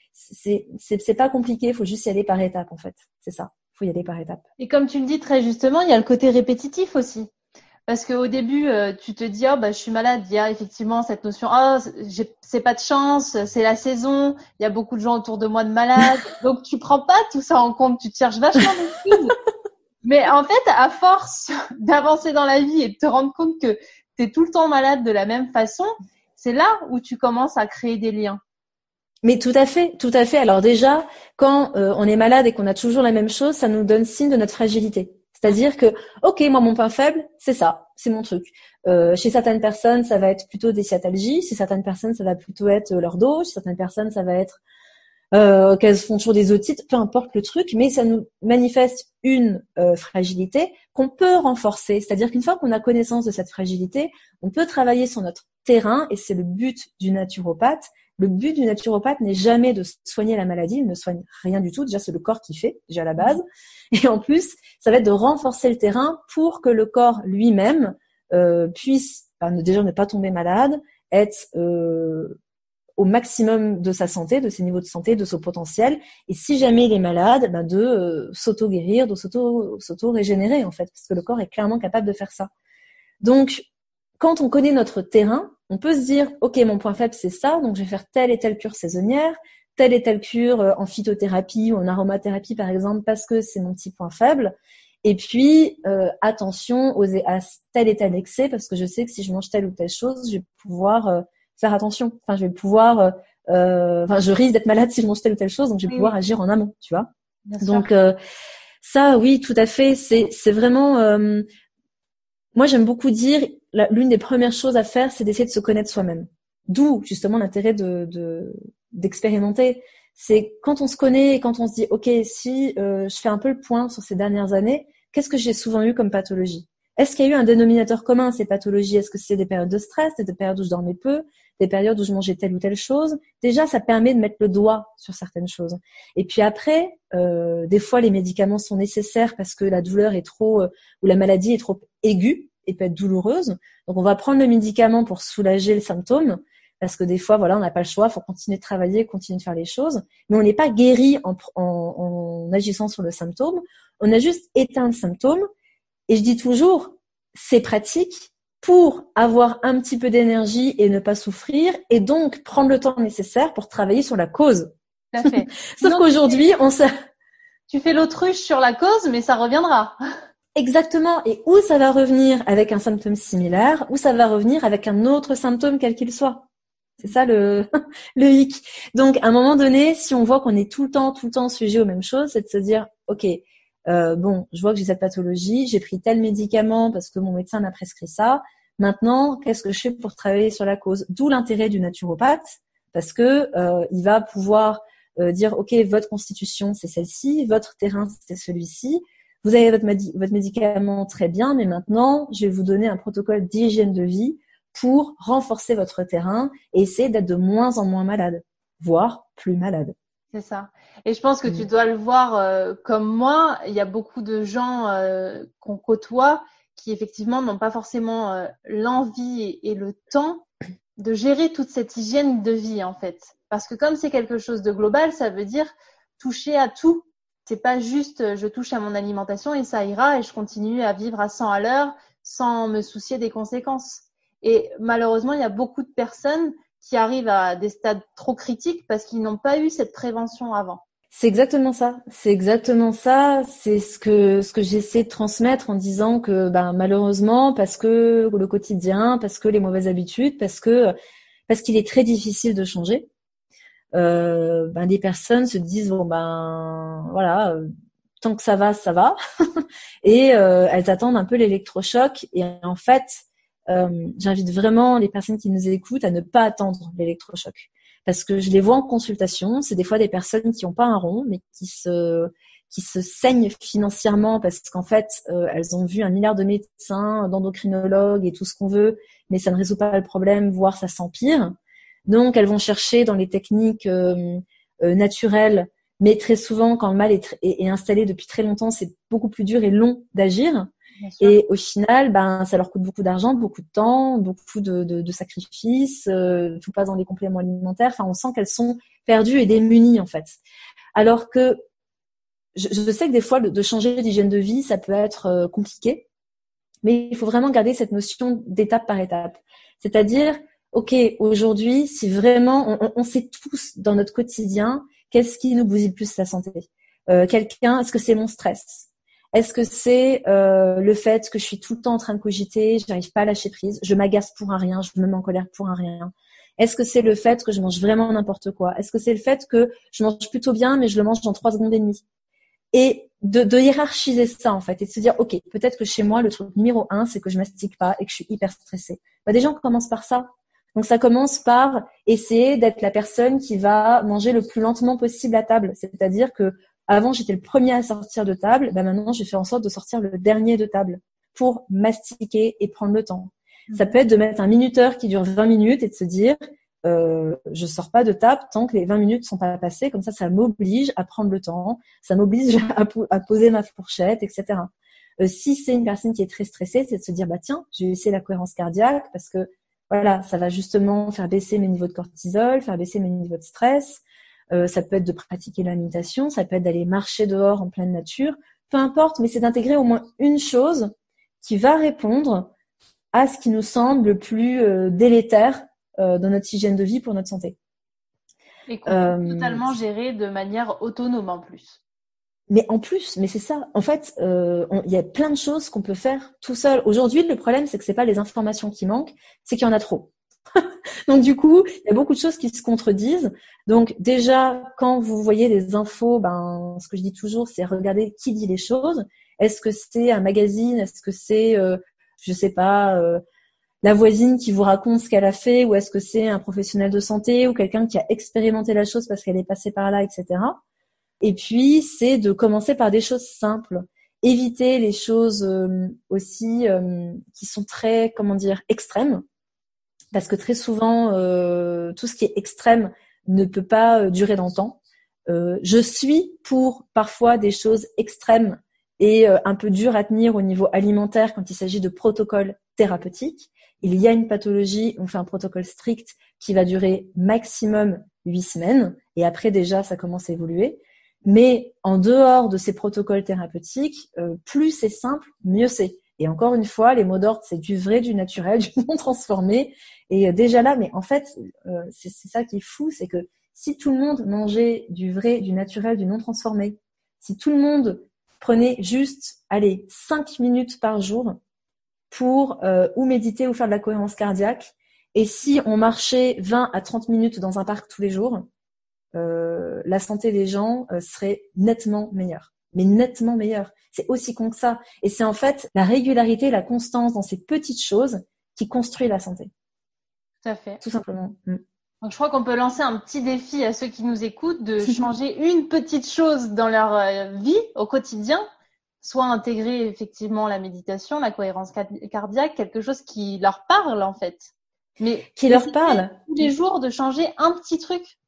c'est pas compliqué, il faut juste y aller par étapes en fait. C'est ça, il faut y aller par étapes. Et comme tu le dis très justement, il y a le côté répétitif aussi. Parce qu'au début, tu te dis, je suis malade. Il y a effectivement cette notion, c'est pas de chance, c'est la saison. Il y a beaucoup de gens autour de moi de malades. Donc, tu prends pas tout ça en compte. Tu te cherches vachement d'excuses. Mais en fait, à force d'avancer dans la vie et de te rendre compte que tu es tout le temps malade de la même façon, c'est là où tu commences à créer des liens. Mais tout à fait, tout à fait. Alors déjà, quand on est malade et qu'on a toujours la même chose, ça nous donne signe de notre fragilité. C'est-à-dire que, ok, moi mon point faible, c'est ça, c'est mon truc. Chez certaines personnes, ça va être plutôt des sciatalgies. Chez certaines personnes, ça va plutôt être leur dos. Chez certaines personnes, ça va être qu'elles font toujours des otites, peu importe le truc, mais ça nous manifeste une fragilité qu'on peut renforcer. C'est-à-dire qu'une fois qu'on a connaissance de cette fragilité, on peut travailler sur notre terrain, et c'est le but du naturopathe. Le but du naturopathe n'est jamais de soigner la maladie, il ne soigne rien du tout. Déjà, c'est le corps qui fait, déjà à la base. Et en plus, ça va être de renforcer le terrain pour que le corps lui-même puisse déjà ne pas tomber malade, être au maximum de sa santé, de ses niveaux de santé, de son potentiel. Et si jamais il est malade, de s'auto-guérir, de s'auto-régénérer, en fait, parce que le corps est clairement capable de faire ça. Donc, quand on connaît notre terrain, on peut se dire, OK, mon point faible, c'est ça, donc je vais faire telle et telle cure saisonnière, telle et telle cure en phytothérapie ou en aromathérapie, par exemple, parce que c'est mon petit point faible. Et puis, attention à tel et tel excès, parce que je sais que si je mange telle ou telle chose, je vais pouvoir faire attention. Enfin, je vais pouvoir, je risque d'être malade si je mange telle ou telle chose, donc je vais pouvoir agir en amont, tu vois. Bien donc, sûr. Ça, oui, tout à fait. C'est vraiment. Moi, j'aime beaucoup dire, l'une des premières choses à faire, c'est d'essayer de se connaître soi-même. D'où justement l'intérêt d'expérimenter. C'est quand on se connaît et quand on se dit, OK, si je fais un peu le point sur ces dernières années, qu'est-ce que j'ai souvent eu comme pathologie? Est-ce qu'il y a eu un dénominateur commun à ces pathologies? Est-ce que c'est des périodes de stress, des périodes où je dormais peu, des périodes où je mangeais telle ou telle chose? Déjà, ça permet de mettre le doigt sur certaines choses. Et puis après, des fois, les médicaments sont nécessaires parce que la douleur est trop, ou la maladie est trop aiguë et peut être douloureuse. Donc, on va prendre le médicament pour soulager le symptôme. Parce que des fois, voilà, on n'a pas le choix, il faut continuer de travailler, continuer de faire les choses. Mais on n'est pas guéri en agissant sur le symptôme. On a juste éteint le symptôme. Et je dis toujours, c'est pratique pour avoir un petit peu d'énergie et ne pas souffrir, et donc prendre le temps nécessaire pour travailler sur la cause. Tout à fait. Sauf qu'aujourd'hui, tu fais l'autruche sur la cause, mais ça reviendra. Exactement. Et où ça va revenir avec un symptôme similaire, ou ça va revenir avec un autre symptôme quel qu'il soit. C'est ça le hic. Donc, à un moment donné, si on voit qu'on est tout le temps sujet aux mêmes choses, c'est de se dire, OK, bon, je vois que j'ai cette pathologie, j'ai pris tel médicament parce que mon médecin m'a prescrit ça. Maintenant, qu'est-ce que je fais pour travailler sur la cause? D'où l'intérêt du naturopathe, parce que il va pouvoir dire, OK, votre constitution, c'est celle-ci, votre terrain, c'est celui-ci. Vous avez votre médicament très bien, mais maintenant, je vais vous donner un protocole d'hygiène de vie pour renforcer votre terrain et essayer d'être de moins en moins malade, voire plus malade. C'est ça. Et je pense que tu dois le voir comme moi. Il y a beaucoup de gens qu'on côtoie qui effectivement n'ont pas forcément l'envie et le temps de gérer toute cette hygiène de vie en fait. Parce que comme c'est quelque chose de global, ça veut dire toucher à tout. C'est pas juste je touche à mon alimentation et ça ira et je continue à vivre à 100 à l'heure sans me soucier des conséquences. Et malheureusement, il y a beaucoup de personnes qui arrivent à des stades trop critiques parce qu'ils n'ont pas eu cette prévention avant. C'est exactement ça. C'est exactement ça. C'est ce que j'essaie de transmettre en disant que malheureusement, parce que le quotidien, parce que les mauvaises habitudes, parce qu'il est très difficile de changer, des personnes se disent voilà, tant que ça va, ça va. Et elles attendent un peu l'électrochoc. Et en fait, j'invite vraiment les personnes qui nous écoutent à ne pas attendre l'électrochoc. Parce que je les vois en consultation, c'est des fois des personnes qui n'ont pas un rond, mais qui se saignent financièrement parce qu'en fait, elles ont vu 1 milliard de médecins, d'endocrinologues et tout ce qu'on veut, mais ça ne résout pas le problème, voire ça s'empire. Donc, elles vont chercher dans les techniques naturelles, mais très souvent, quand le mal est installé depuis très longtemps, c'est beaucoup plus dur et long d'agir. Et au final, ça leur coûte beaucoup d'argent, beaucoup de temps, beaucoup de sacrifices, tout passe dans les compléments alimentaires. Enfin, on sent qu'elles sont perdues et démunies, en fait. Alors que je sais que des fois, de changer d'hygiène de vie, ça peut être compliqué, mais il faut vraiment garder cette notion d'étape par étape. C'est-à-dire, OK, aujourd'hui, si vraiment, on sait tous dans notre quotidien, qu'est-ce qui nous bousille plus la santé? Est-ce que c'est mon stress? Est-ce que c'est le fait que je suis tout le temps en train de cogiter, je n'arrive pas à lâcher prise, je m'agace pour un rien, je me mets en colère pour un rien? Est-ce que c'est le fait que je mange vraiment n'importe quoi? Est-ce que c'est le fait que je mange plutôt bien, mais je le mange en 3 secondes et demie? Et de hiérarchiser ça, en fait, et de se dire, OK, peut-être que chez moi, le truc numéro 1, c'est que je mastique pas et que je suis hyper stressée. Des gens commencent par ça. Donc ça commence par essayer d'être la personne qui va manger le plus lentement possible à table. C'est-à-dire que avant j'étais le premier à sortir de table, maintenant je fais en sorte de sortir le dernier de table pour mastiquer et prendre le temps. Ça peut être de mettre un minuteur qui dure 20 minutes et de se dire je sors pas de table tant que les 20 minutes sont pas passées. Comme ça m'oblige à prendre le temps, ça m'oblige à poser ma fourchette, etc. Si c'est une personne qui est très stressée, c'est de se dire tiens, je vais essayer la cohérence cardiaque parce que voilà, ça va justement faire baisser mes niveaux de cortisol, faire baisser mes niveaux de stress. Ça peut être de pratiquer la méditation, ça peut être d'aller marcher dehors en pleine nature, peu importe, mais c'est d'intégrer au moins une chose qui va répondre à ce qui nous semble le plus délétère dans notre hygiène de vie pour notre santé. Et qu'on peut totalement gérer de manière autonome en plus. Mais c'est ça. En fait, il y a plein de choses qu'on peut faire tout seul. Aujourd'hui, le problème, c'est que c'est pas les informations qui manquent, c'est qu'il y en a trop. Donc du coup, il y a beaucoup de choses qui se contredisent. Donc déjà, quand vous voyez des infos, ce que je dis toujours, c'est regarder qui dit les choses. Est-ce que c'est un magazine? Est-ce que c'est, je sais pas, la voisine qui vous raconte ce qu'elle a fait, ou est-ce que c'est un professionnel de santé ou quelqu'un qui a expérimenté la chose parce qu'elle est passée par là, etc. Et puis, c'est de commencer par des choses simples. Éviter les choses aussi qui sont très, extrêmes. Parce que très souvent, tout ce qui est extrême ne peut pas durer dans le temps. Je suis pour parfois des choses extrêmes et un peu dures à tenir au niveau alimentaire quand il s'agit de protocoles thérapeutiques. Il y a une pathologie, on fait un protocole strict qui va durer maximum 8 semaines et après déjà ça commence à évoluer. Mais en dehors de ces protocoles thérapeutiques, plus c'est simple, mieux c'est. Et encore une fois, les mots d'ordre, c'est du vrai, du naturel, du non transformé. Et déjà là, mais en fait, c'est ça qui est fou, c'est que si tout le monde mangeait du vrai, du naturel, du non transformé, si tout le monde prenait juste, 5 minutes par jour pour ou méditer ou faire de la cohérence cardiaque, et si on marchait 20 à 30 minutes dans un parc tous les jours, la santé des gens serait nettement meilleure. Mais nettement meilleure. C'est aussi con que ça. Et c'est en fait la régularité, la constance dans ces petites choses qui construit la santé. Tout à fait. Tout simplement. Donc, je crois qu'on peut lancer un petit défi à ceux qui nous écoutent de changer une petite chose dans leur vie au quotidien, soit intégrer effectivement la méditation, la cohérence cardiaque, quelque chose qui leur parle en fait. Mais qui leur parle. Tous les jours de changer un petit truc.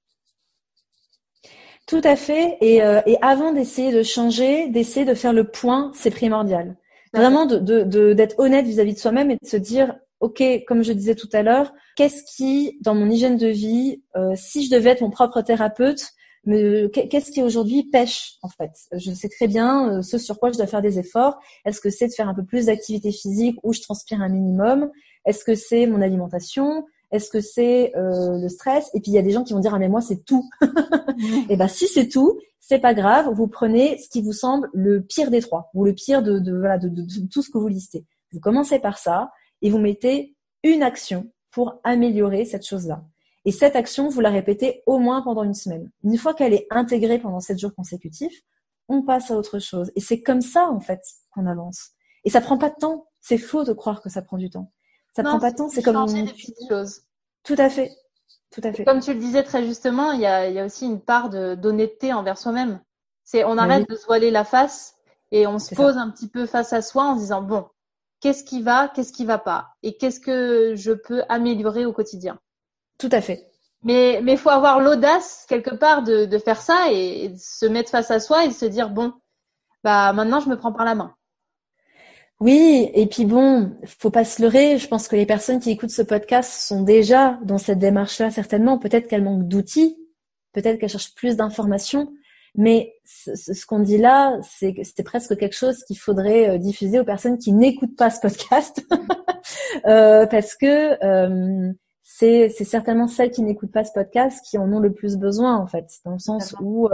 Tout à fait. Et avant d'essayer de changer, d'essayer de faire le point, c'est primordial. Vraiment d'être honnête vis-à-vis de soi-même et de se dire, ok, comme je disais tout à l'heure, qu'est-ce qui, dans mon hygiène de vie, si je devais être mon propre thérapeute, qu'est-ce qui aujourd'hui pêche en fait? Je sais très bien ce sur quoi je dois faire des efforts. Est-ce que c'est de faire un peu plus d'activité physique où je transpire un minimum? Est-ce que c'est mon alimentation? Est-ce que c'est le stress? Et puis il y a des gens qui vont dire mais moi c'est tout. Et si c'est tout, c'est pas grave. Vous prenez ce qui vous semble le pire des trois ou le pire de tout ce que vous listez. Vous commencez par ça et vous mettez une action pour améliorer cette chose-là. Et cette action, vous la répétez au moins pendant une semaine. Une fois qu'elle est intégrée pendant 7 jours consécutifs, on passe à autre chose. Et c'est comme ça en fait qu'on avance. Et ça prend pas de temps. C'est faux de croire que ça prend du temps. Ça prend pas de temps, c'est comme changer des petites choses. Tout à fait. Tout à fait. Comme tu le disais très justement, il y a aussi une part d'honnêteté envers soi-même. On arrête de se voiler la face et on se pose un petit peu face à soi en se disant bon, qu'est-ce qui va pas et qu'est-ce que je peux améliorer au quotidien. Tout à fait. Mais faut avoir l'audace quelque part de faire ça et de se mettre face à soi et de se dire bon, maintenant je me prends par la main. Oui, et puis faut pas se leurrer. Je pense que les personnes qui écoutent ce podcast sont déjà dans cette démarche-là, certainement. Peut-être qu'elles manquent d'outils, peut-être qu'elles cherchent plus d'informations. Mais ce qu'on dit là, c'est que c'était presque quelque chose qu'il faudrait diffuser aux personnes qui n'écoutent pas ce podcast, parce que c'est certainement celles qui n'écoutent pas ce podcast qui en ont le plus besoin, en fait, dans le sens où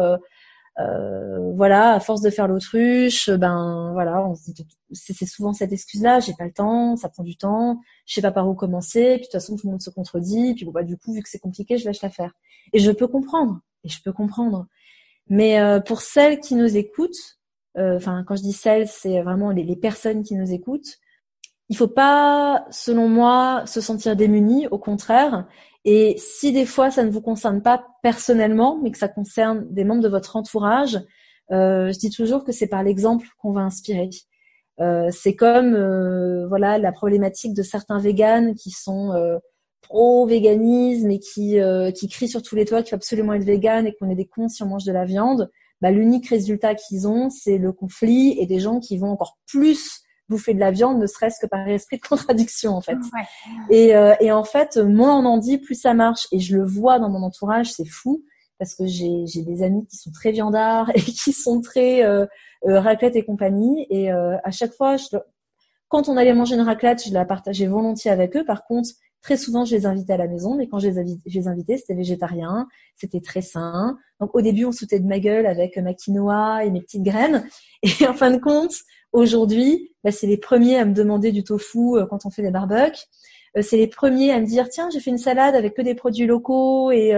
à force de faire l'autruche, on se dit, c'est souvent cette excuse-là, j'ai pas le temps, ça prend du temps, je sais pas par où commencer, puis de toute façon tout le monde se contredit, puis du coup vu que c'est compliqué, je lâche l'affaire. Et je peux comprendre, mais pour celles qui nous écoutent, quand je dis celles, c'est vraiment les personnes qui nous écoutent, il faut pas, selon moi, se sentir démuni, au contraire. Et si des fois ça ne vous concerne pas personnellement, mais que ça concerne des membres de votre entourage, je dis toujours que c'est par l'exemple qu'on va inspirer. C'est comme voilà la problématique de certains véganes qui sont pro-véganisme et qui crient sur tous les toits qu'il faut absolument être végane et qu'on est des cons si on mange de la viande. Bah, l'unique résultat qu'ils ont, c'est le conflit et des gens qui vont encore plus bouffer de la viande, ne serait-ce que par esprit de contradiction en fait. Ouais. Et en fait, moins on en dit, plus ça marche. Et je le vois dans mon entourage, c'est fou parce que j'ai des amis qui sont très viandards et qui sont très raclette et compagnie. Et à chaque fois, quand on allait manger une raclette, je la partageais volontiers avec eux. Par contre, très souvent, je les invitais à la maison, mais quand je les invitais, c'était végétarien, c'était très sain. Donc au début, on se foutait de ma gueule avec ma quinoa et mes petites graines. Et en fin de compte, aujourd'hui, bah, c'est les premiers à me demander du tofu quand on fait des barbecues. C'est les premiers à me dire tiens, j'ai fait une salade avec que des produits locaux et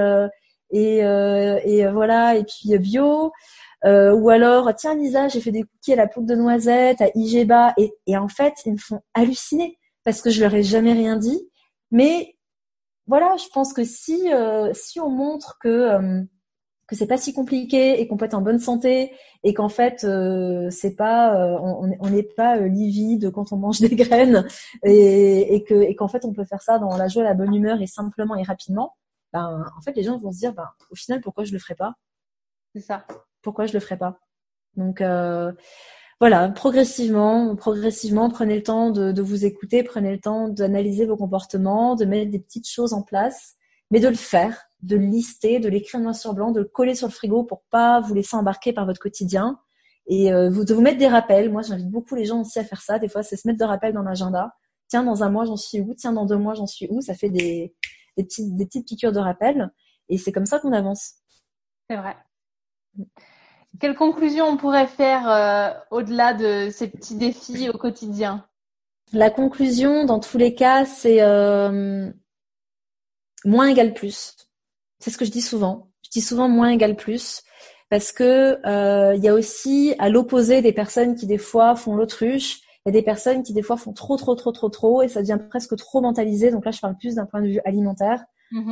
voilà, et puis bio. Ou alors tiens Lisa, j'ai fait des cookies à la poudre de noisette, à Igeba, et en fait ils me font halluciner parce que je leur ai jamais rien dit. Mais voilà, je pense que si on montre que c'est pas si compliqué et qu'on peut être en bonne santé et qu'en fait c'est pas on n'est pas livide quand on mange des graines et qu'en fait on peut faire ça dans la joie, la bonne humeur et simplement et rapidement, ben en fait les gens vont se dire ben au final pourquoi je le ferais pas? C'est ça. Pourquoi je le ferais pas? Donc voilà, progressivement, prenez le temps de vous écouter, prenez le temps d'analyser vos comportements, de mettre des petites choses en place, mais de le faire, de le lister, de l'écrire noir sur blanc, de le coller sur le frigo pour pas vous laisser embarquer par votre quotidien et de vous mettre des rappels. Moi, j'invite beaucoup les gens aussi à faire ça. Des fois, c'est se mettre des rappels dans l'agenda. Tiens, dans un mois, j'en suis où? Tiens, dans 2 mois, j'en suis où? Ça fait des petites piqûres de rappel et c'est comme ça qu'on avance. C'est vrai. Quelle conclusion on pourrait faire au-delà de ces petits défis au quotidien? La conclusion, dans tous les cas, c'est moins égale plus. C'est ce que je dis souvent. Je dis souvent moins égale plus parce que il y a aussi à l'opposé des personnes qui des fois font l'autruche. Il y a des personnes qui des fois font trop et ça devient presque trop mentalisé. Donc là, je parle plus d'un point de vue alimentaire.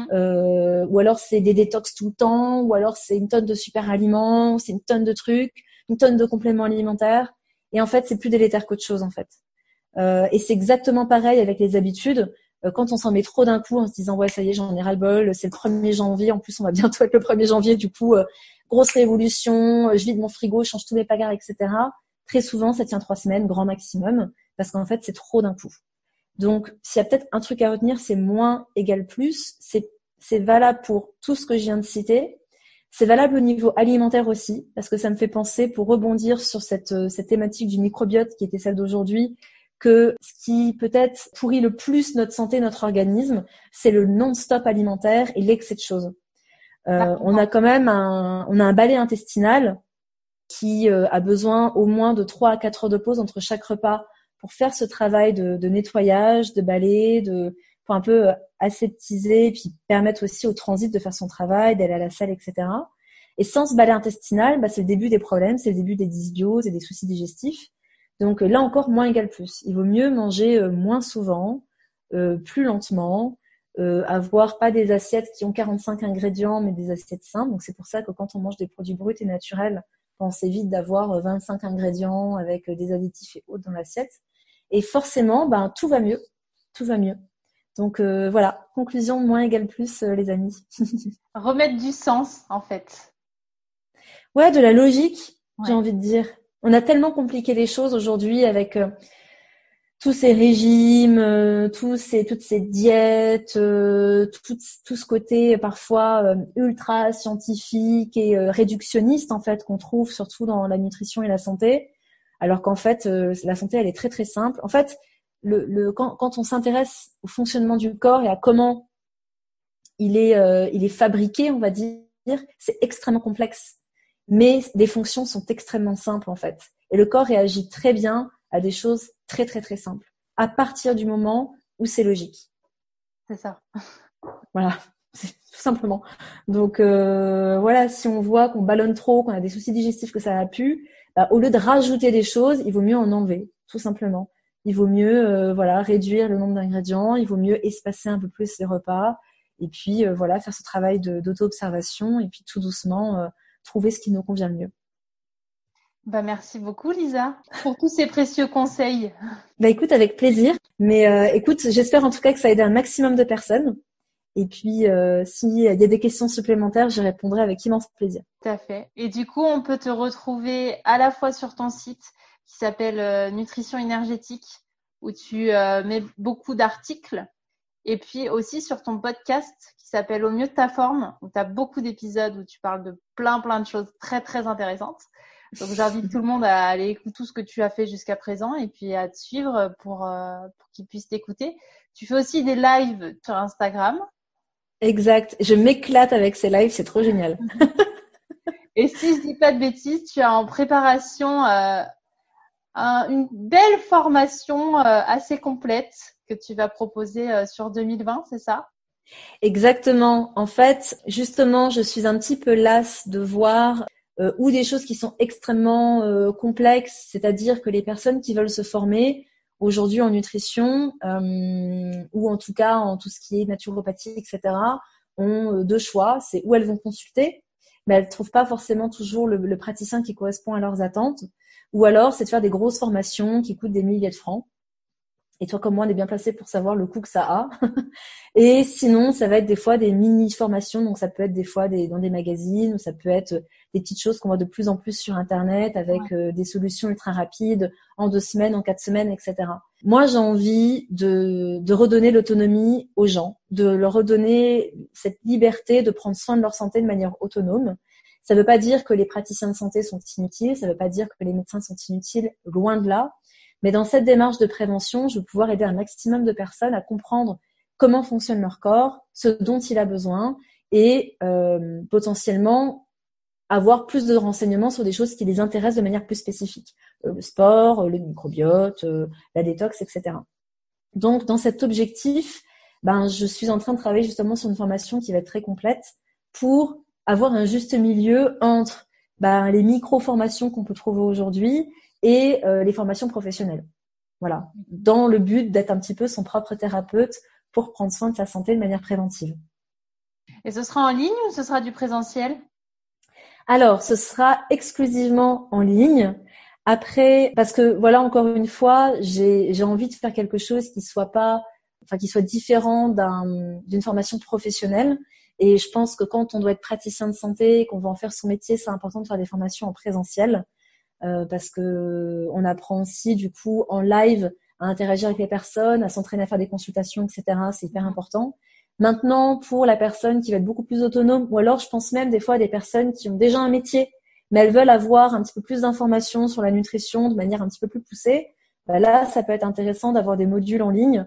Ou alors c'est des détox tout le temps, ou alors c'est une tonne de super aliments, c'est une tonne de trucs, une tonne de compléments alimentaires. Et en fait, c'est plus délétère qu'autre chose en fait. Et c'est exactement pareil avec les habitudes. Quand on s'en met trop d'un coup en se disant ouais ça y est j'en ai ras-le-bol, c'est le 1er janvier, en plus on va bientôt être le 1er janvier, du coup grosse révolution, je vide mon frigo, je change tous mes placards, etc. Très souvent ça tient 3 semaines, grand maximum, parce qu'en fait c'est trop d'un coup. Donc, s'il y a peut-être un truc à retenir, c'est moins égale plus. C'est valable pour tout ce que je viens de citer. C'est valable au niveau alimentaire aussi, parce que ça me fait penser, pour rebondir sur cette thématique du microbiote qui était celle d'aujourd'hui, que ce qui peut-être pourrit le plus notre santé, notre organisme, c'est le non-stop alimentaire et l'excès de choses. On a quand même un balai intestinal qui a besoin au moins de 3 à 4 heures de pause entre chaque repas pour faire ce travail de nettoyage, de balai, pour un peu aseptiser et puis permettre aussi au transit de faire son travail, d'aller à la salle, etc. Et sans ce balai intestinal, bah, c'est le début des problèmes, c'est le début des dysbioses et des soucis digestifs. Donc là encore, moins égale plus. Il vaut mieux manger moins souvent, plus lentement, avoir pas des assiettes qui ont 45 ingrédients, mais des assiettes simples. Donc c'est pour ça que quand on mange des produits bruts et naturels, on s'évite d'avoir 25 ingrédients avec des additifs et autres dans l'assiette. Et forcément, ben tout va mieux, tout va mieux. Donc voilà, conclusion, moins égale plus, les amis. Remettre du sens, en fait. Ouais, de la logique, j'ai envie de dire. On a tellement compliqué les choses aujourd'hui avec tous ces régimes, toutes ces diètes, tout ce côté parfois ultra scientifique et réductionniste en fait qu'on trouve surtout dans la nutrition et la santé, alors qu'en fait la santé elle est très très simple. En fait, quand on s'intéresse au fonctionnement du corps et à comment il est fabriqué, on va dire, c'est extrêmement complexe, mais les fonctions sont extrêmement simples en fait. Et le corps réagit très bien à des choses très très très simples, à partir du moment où c'est logique. C'est ça. Voilà, tout simplement. Donc voilà, si on voit qu'on ballonne trop, qu'on a des soucis digestifs, que ça va plus, bah, au lieu de rajouter des choses, il vaut mieux en enlever, tout simplement. il vaut mieux réduire le nombre d'ingrédients, il vaut mieux espacer un peu plus les repas et puis faire ce travail d'auto-observation et puis tout doucement trouver ce qui nous convient le mieux. Bah, merci beaucoup, Lisa, pour tous ces précieux conseils. Bah écoute, avec plaisir. Mais écoute, j'espère en tout cas que ça a aidé un maximum de personnes. Et puis, s'il y a des questions supplémentaires, j'y répondrai avec immense plaisir. Tout à fait. Et du coup, on peut te retrouver à la fois sur ton site qui s'appelle Nutrition énergétique, où tu mets beaucoup d'articles, et puis aussi sur ton podcast qui s'appelle Au mieux de ta forme, où tu as beaucoup d'épisodes où tu parles de plein de choses très très intéressantes. Donc j'invite tout le monde à aller écouter tout ce que tu as fait jusqu'à présent et puis à te suivre pour qu'ils puissent t'écouter. Tu fais aussi des lives sur Instagram. Exact. Je m'éclate avec ces lives, c'est trop génial. Et si je dis pas de bêtises, tu as en préparation une belle formation assez complète que tu vas proposer sur 2020, c'est ça? Exactement. En fait, justement, je suis un petit peu lasse de voir ou des choses qui sont extrêmement complexes, c'est-à-dire que les personnes qui veulent se former aujourd'hui en nutrition ou en tout cas en tout ce qui est naturopathie, etc., ont deux choix. C'est où elles vont consulter, mais elles ne trouvent pas forcément toujours le praticien qui correspond à leurs attentes, ou alors c'est de faire des grosses formations qui coûtent des milliers de francs. Et toi comme moi, on est bien placé pour savoir le coût que ça a. Et sinon, ça va être des fois des mini-formations. Donc, ça peut être des fois dans des magazines ou ça peut être des petites choses qu'on voit de plus en plus sur Internet avec des solutions ultra rapides en 2 semaines, en 4 semaines, etc. Moi, j'ai envie de redonner l'autonomie aux gens, de leur redonner cette liberté de prendre soin de leur santé de manière autonome. Ça ne veut pas dire que les praticiens de santé sont inutiles, ça ne veut pas dire que les médecins sont inutiles, loin de là. Mais dans cette démarche de prévention, je veux pouvoir aider un maximum de personnes à comprendre comment fonctionne leur corps, ce dont il a besoin et potentiellement avoir plus de renseignements sur des choses qui les intéressent de manière plus spécifique. Le sport, le microbiote, la détox, etc. Donc, dans cet objectif, je suis en train de travailler justement sur une formation qui va être très complète pour avoir un juste milieu entre les micro-formations qu'on peut trouver aujourd'hui et les formations professionnelles. Voilà, dans le but d'être un petit peu son propre thérapeute pour prendre soin de sa santé de manière préventive. Et ce sera en ligne ou ce sera du présentiel? Alors, ce sera exclusivement en ligne. Après, parce que voilà, encore une fois, j'ai envie de faire quelque chose qui soit différent d'une formation professionnelle. Et je pense que quand on doit être praticien de santé, qu'on va en faire son métier, c'est important de faire des formations en présentiel. Parce que on apprend aussi du coup en live à interagir avec les personnes, à s'entraîner à faire des consultations, etc. C'est hyper important. Maintenant, pour la personne qui va être beaucoup plus autonome, ou alors je pense même des fois à des personnes qui ont déjà un métier, mais elles veulent avoir un petit peu plus d'informations sur la nutrition de manière un petit peu plus poussée, là, ça peut être intéressant d'avoir des modules en ligne.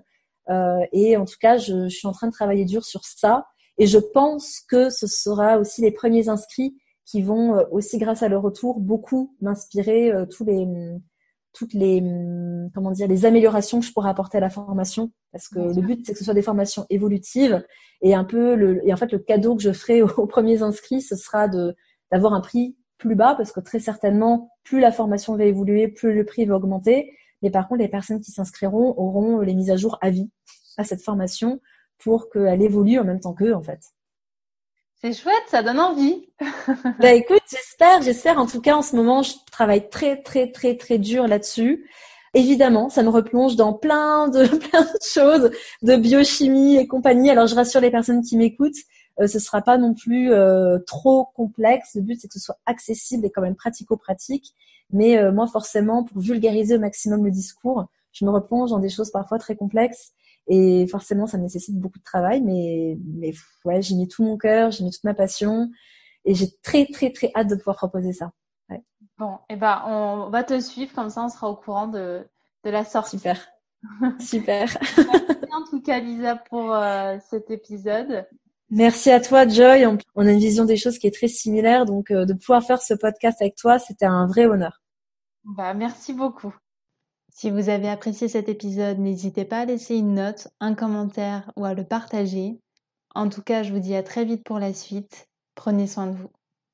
Et en tout cas, je suis en train de travailler dur sur ça. Et je pense que ce sera aussi les premiers inscrits qui vont aussi, grâce à leur retour, beaucoup m'inspirer toutes les les améliorations que je pourrais apporter à la formation, parce que le but c'est que ce soit des formations évolutives et en fait le cadeau que je ferai aux premiers inscrits, ce sera d'avoir un prix plus bas, parce que très certainement plus la formation va évoluer, plus le prix va augmenter, mais par contre les personnes qui s'inscriront auront les mises à jour à vie à cette formation pour qu'elle évolue en même temps qu'eux en fait. C'est chouette, ça donne envie. Écoute, j'espère. En tout cas, en ce moment, je travaille très, très, très, très dur là-dessus. Évidemment, ça me replonge dans plein de choses, de biochimie et compagnie. Alors, je rassure les personnes qui m'écoutent, ce sera pas non plus trop complexe. Le but, c'est que ce soit accessible et quand même pratico-pratique. Mais moi, forcément, pour vulgariser au maximum le discours, je me replonge dans des choses parfois très complexes. Et forcément, ça nécessite beaucoup de travail, mais ouais, j'y mets tout mon cœur, j'y mets toute ma passion, et j'ai très très très hâte de pouvoir proposer ça. Ouais. Bon, on va te suivre, comme ça on sera au courant de la sortie. Super, super. Merci en tout cas Lisa pour cet épisode. Merci à toi Joy. On a une vision des choses qui est très similaire, donc de pouvoir faire ce podcast avec toi, c'était un vrai honneur. Merci beaucoup. Si vous avez apprécié cet épisode, n'hésitez pas à laisser une note, un commentaire ou à le partager. En tout cas, je vous dis à très vite pour la suite. Prenez soin de vous.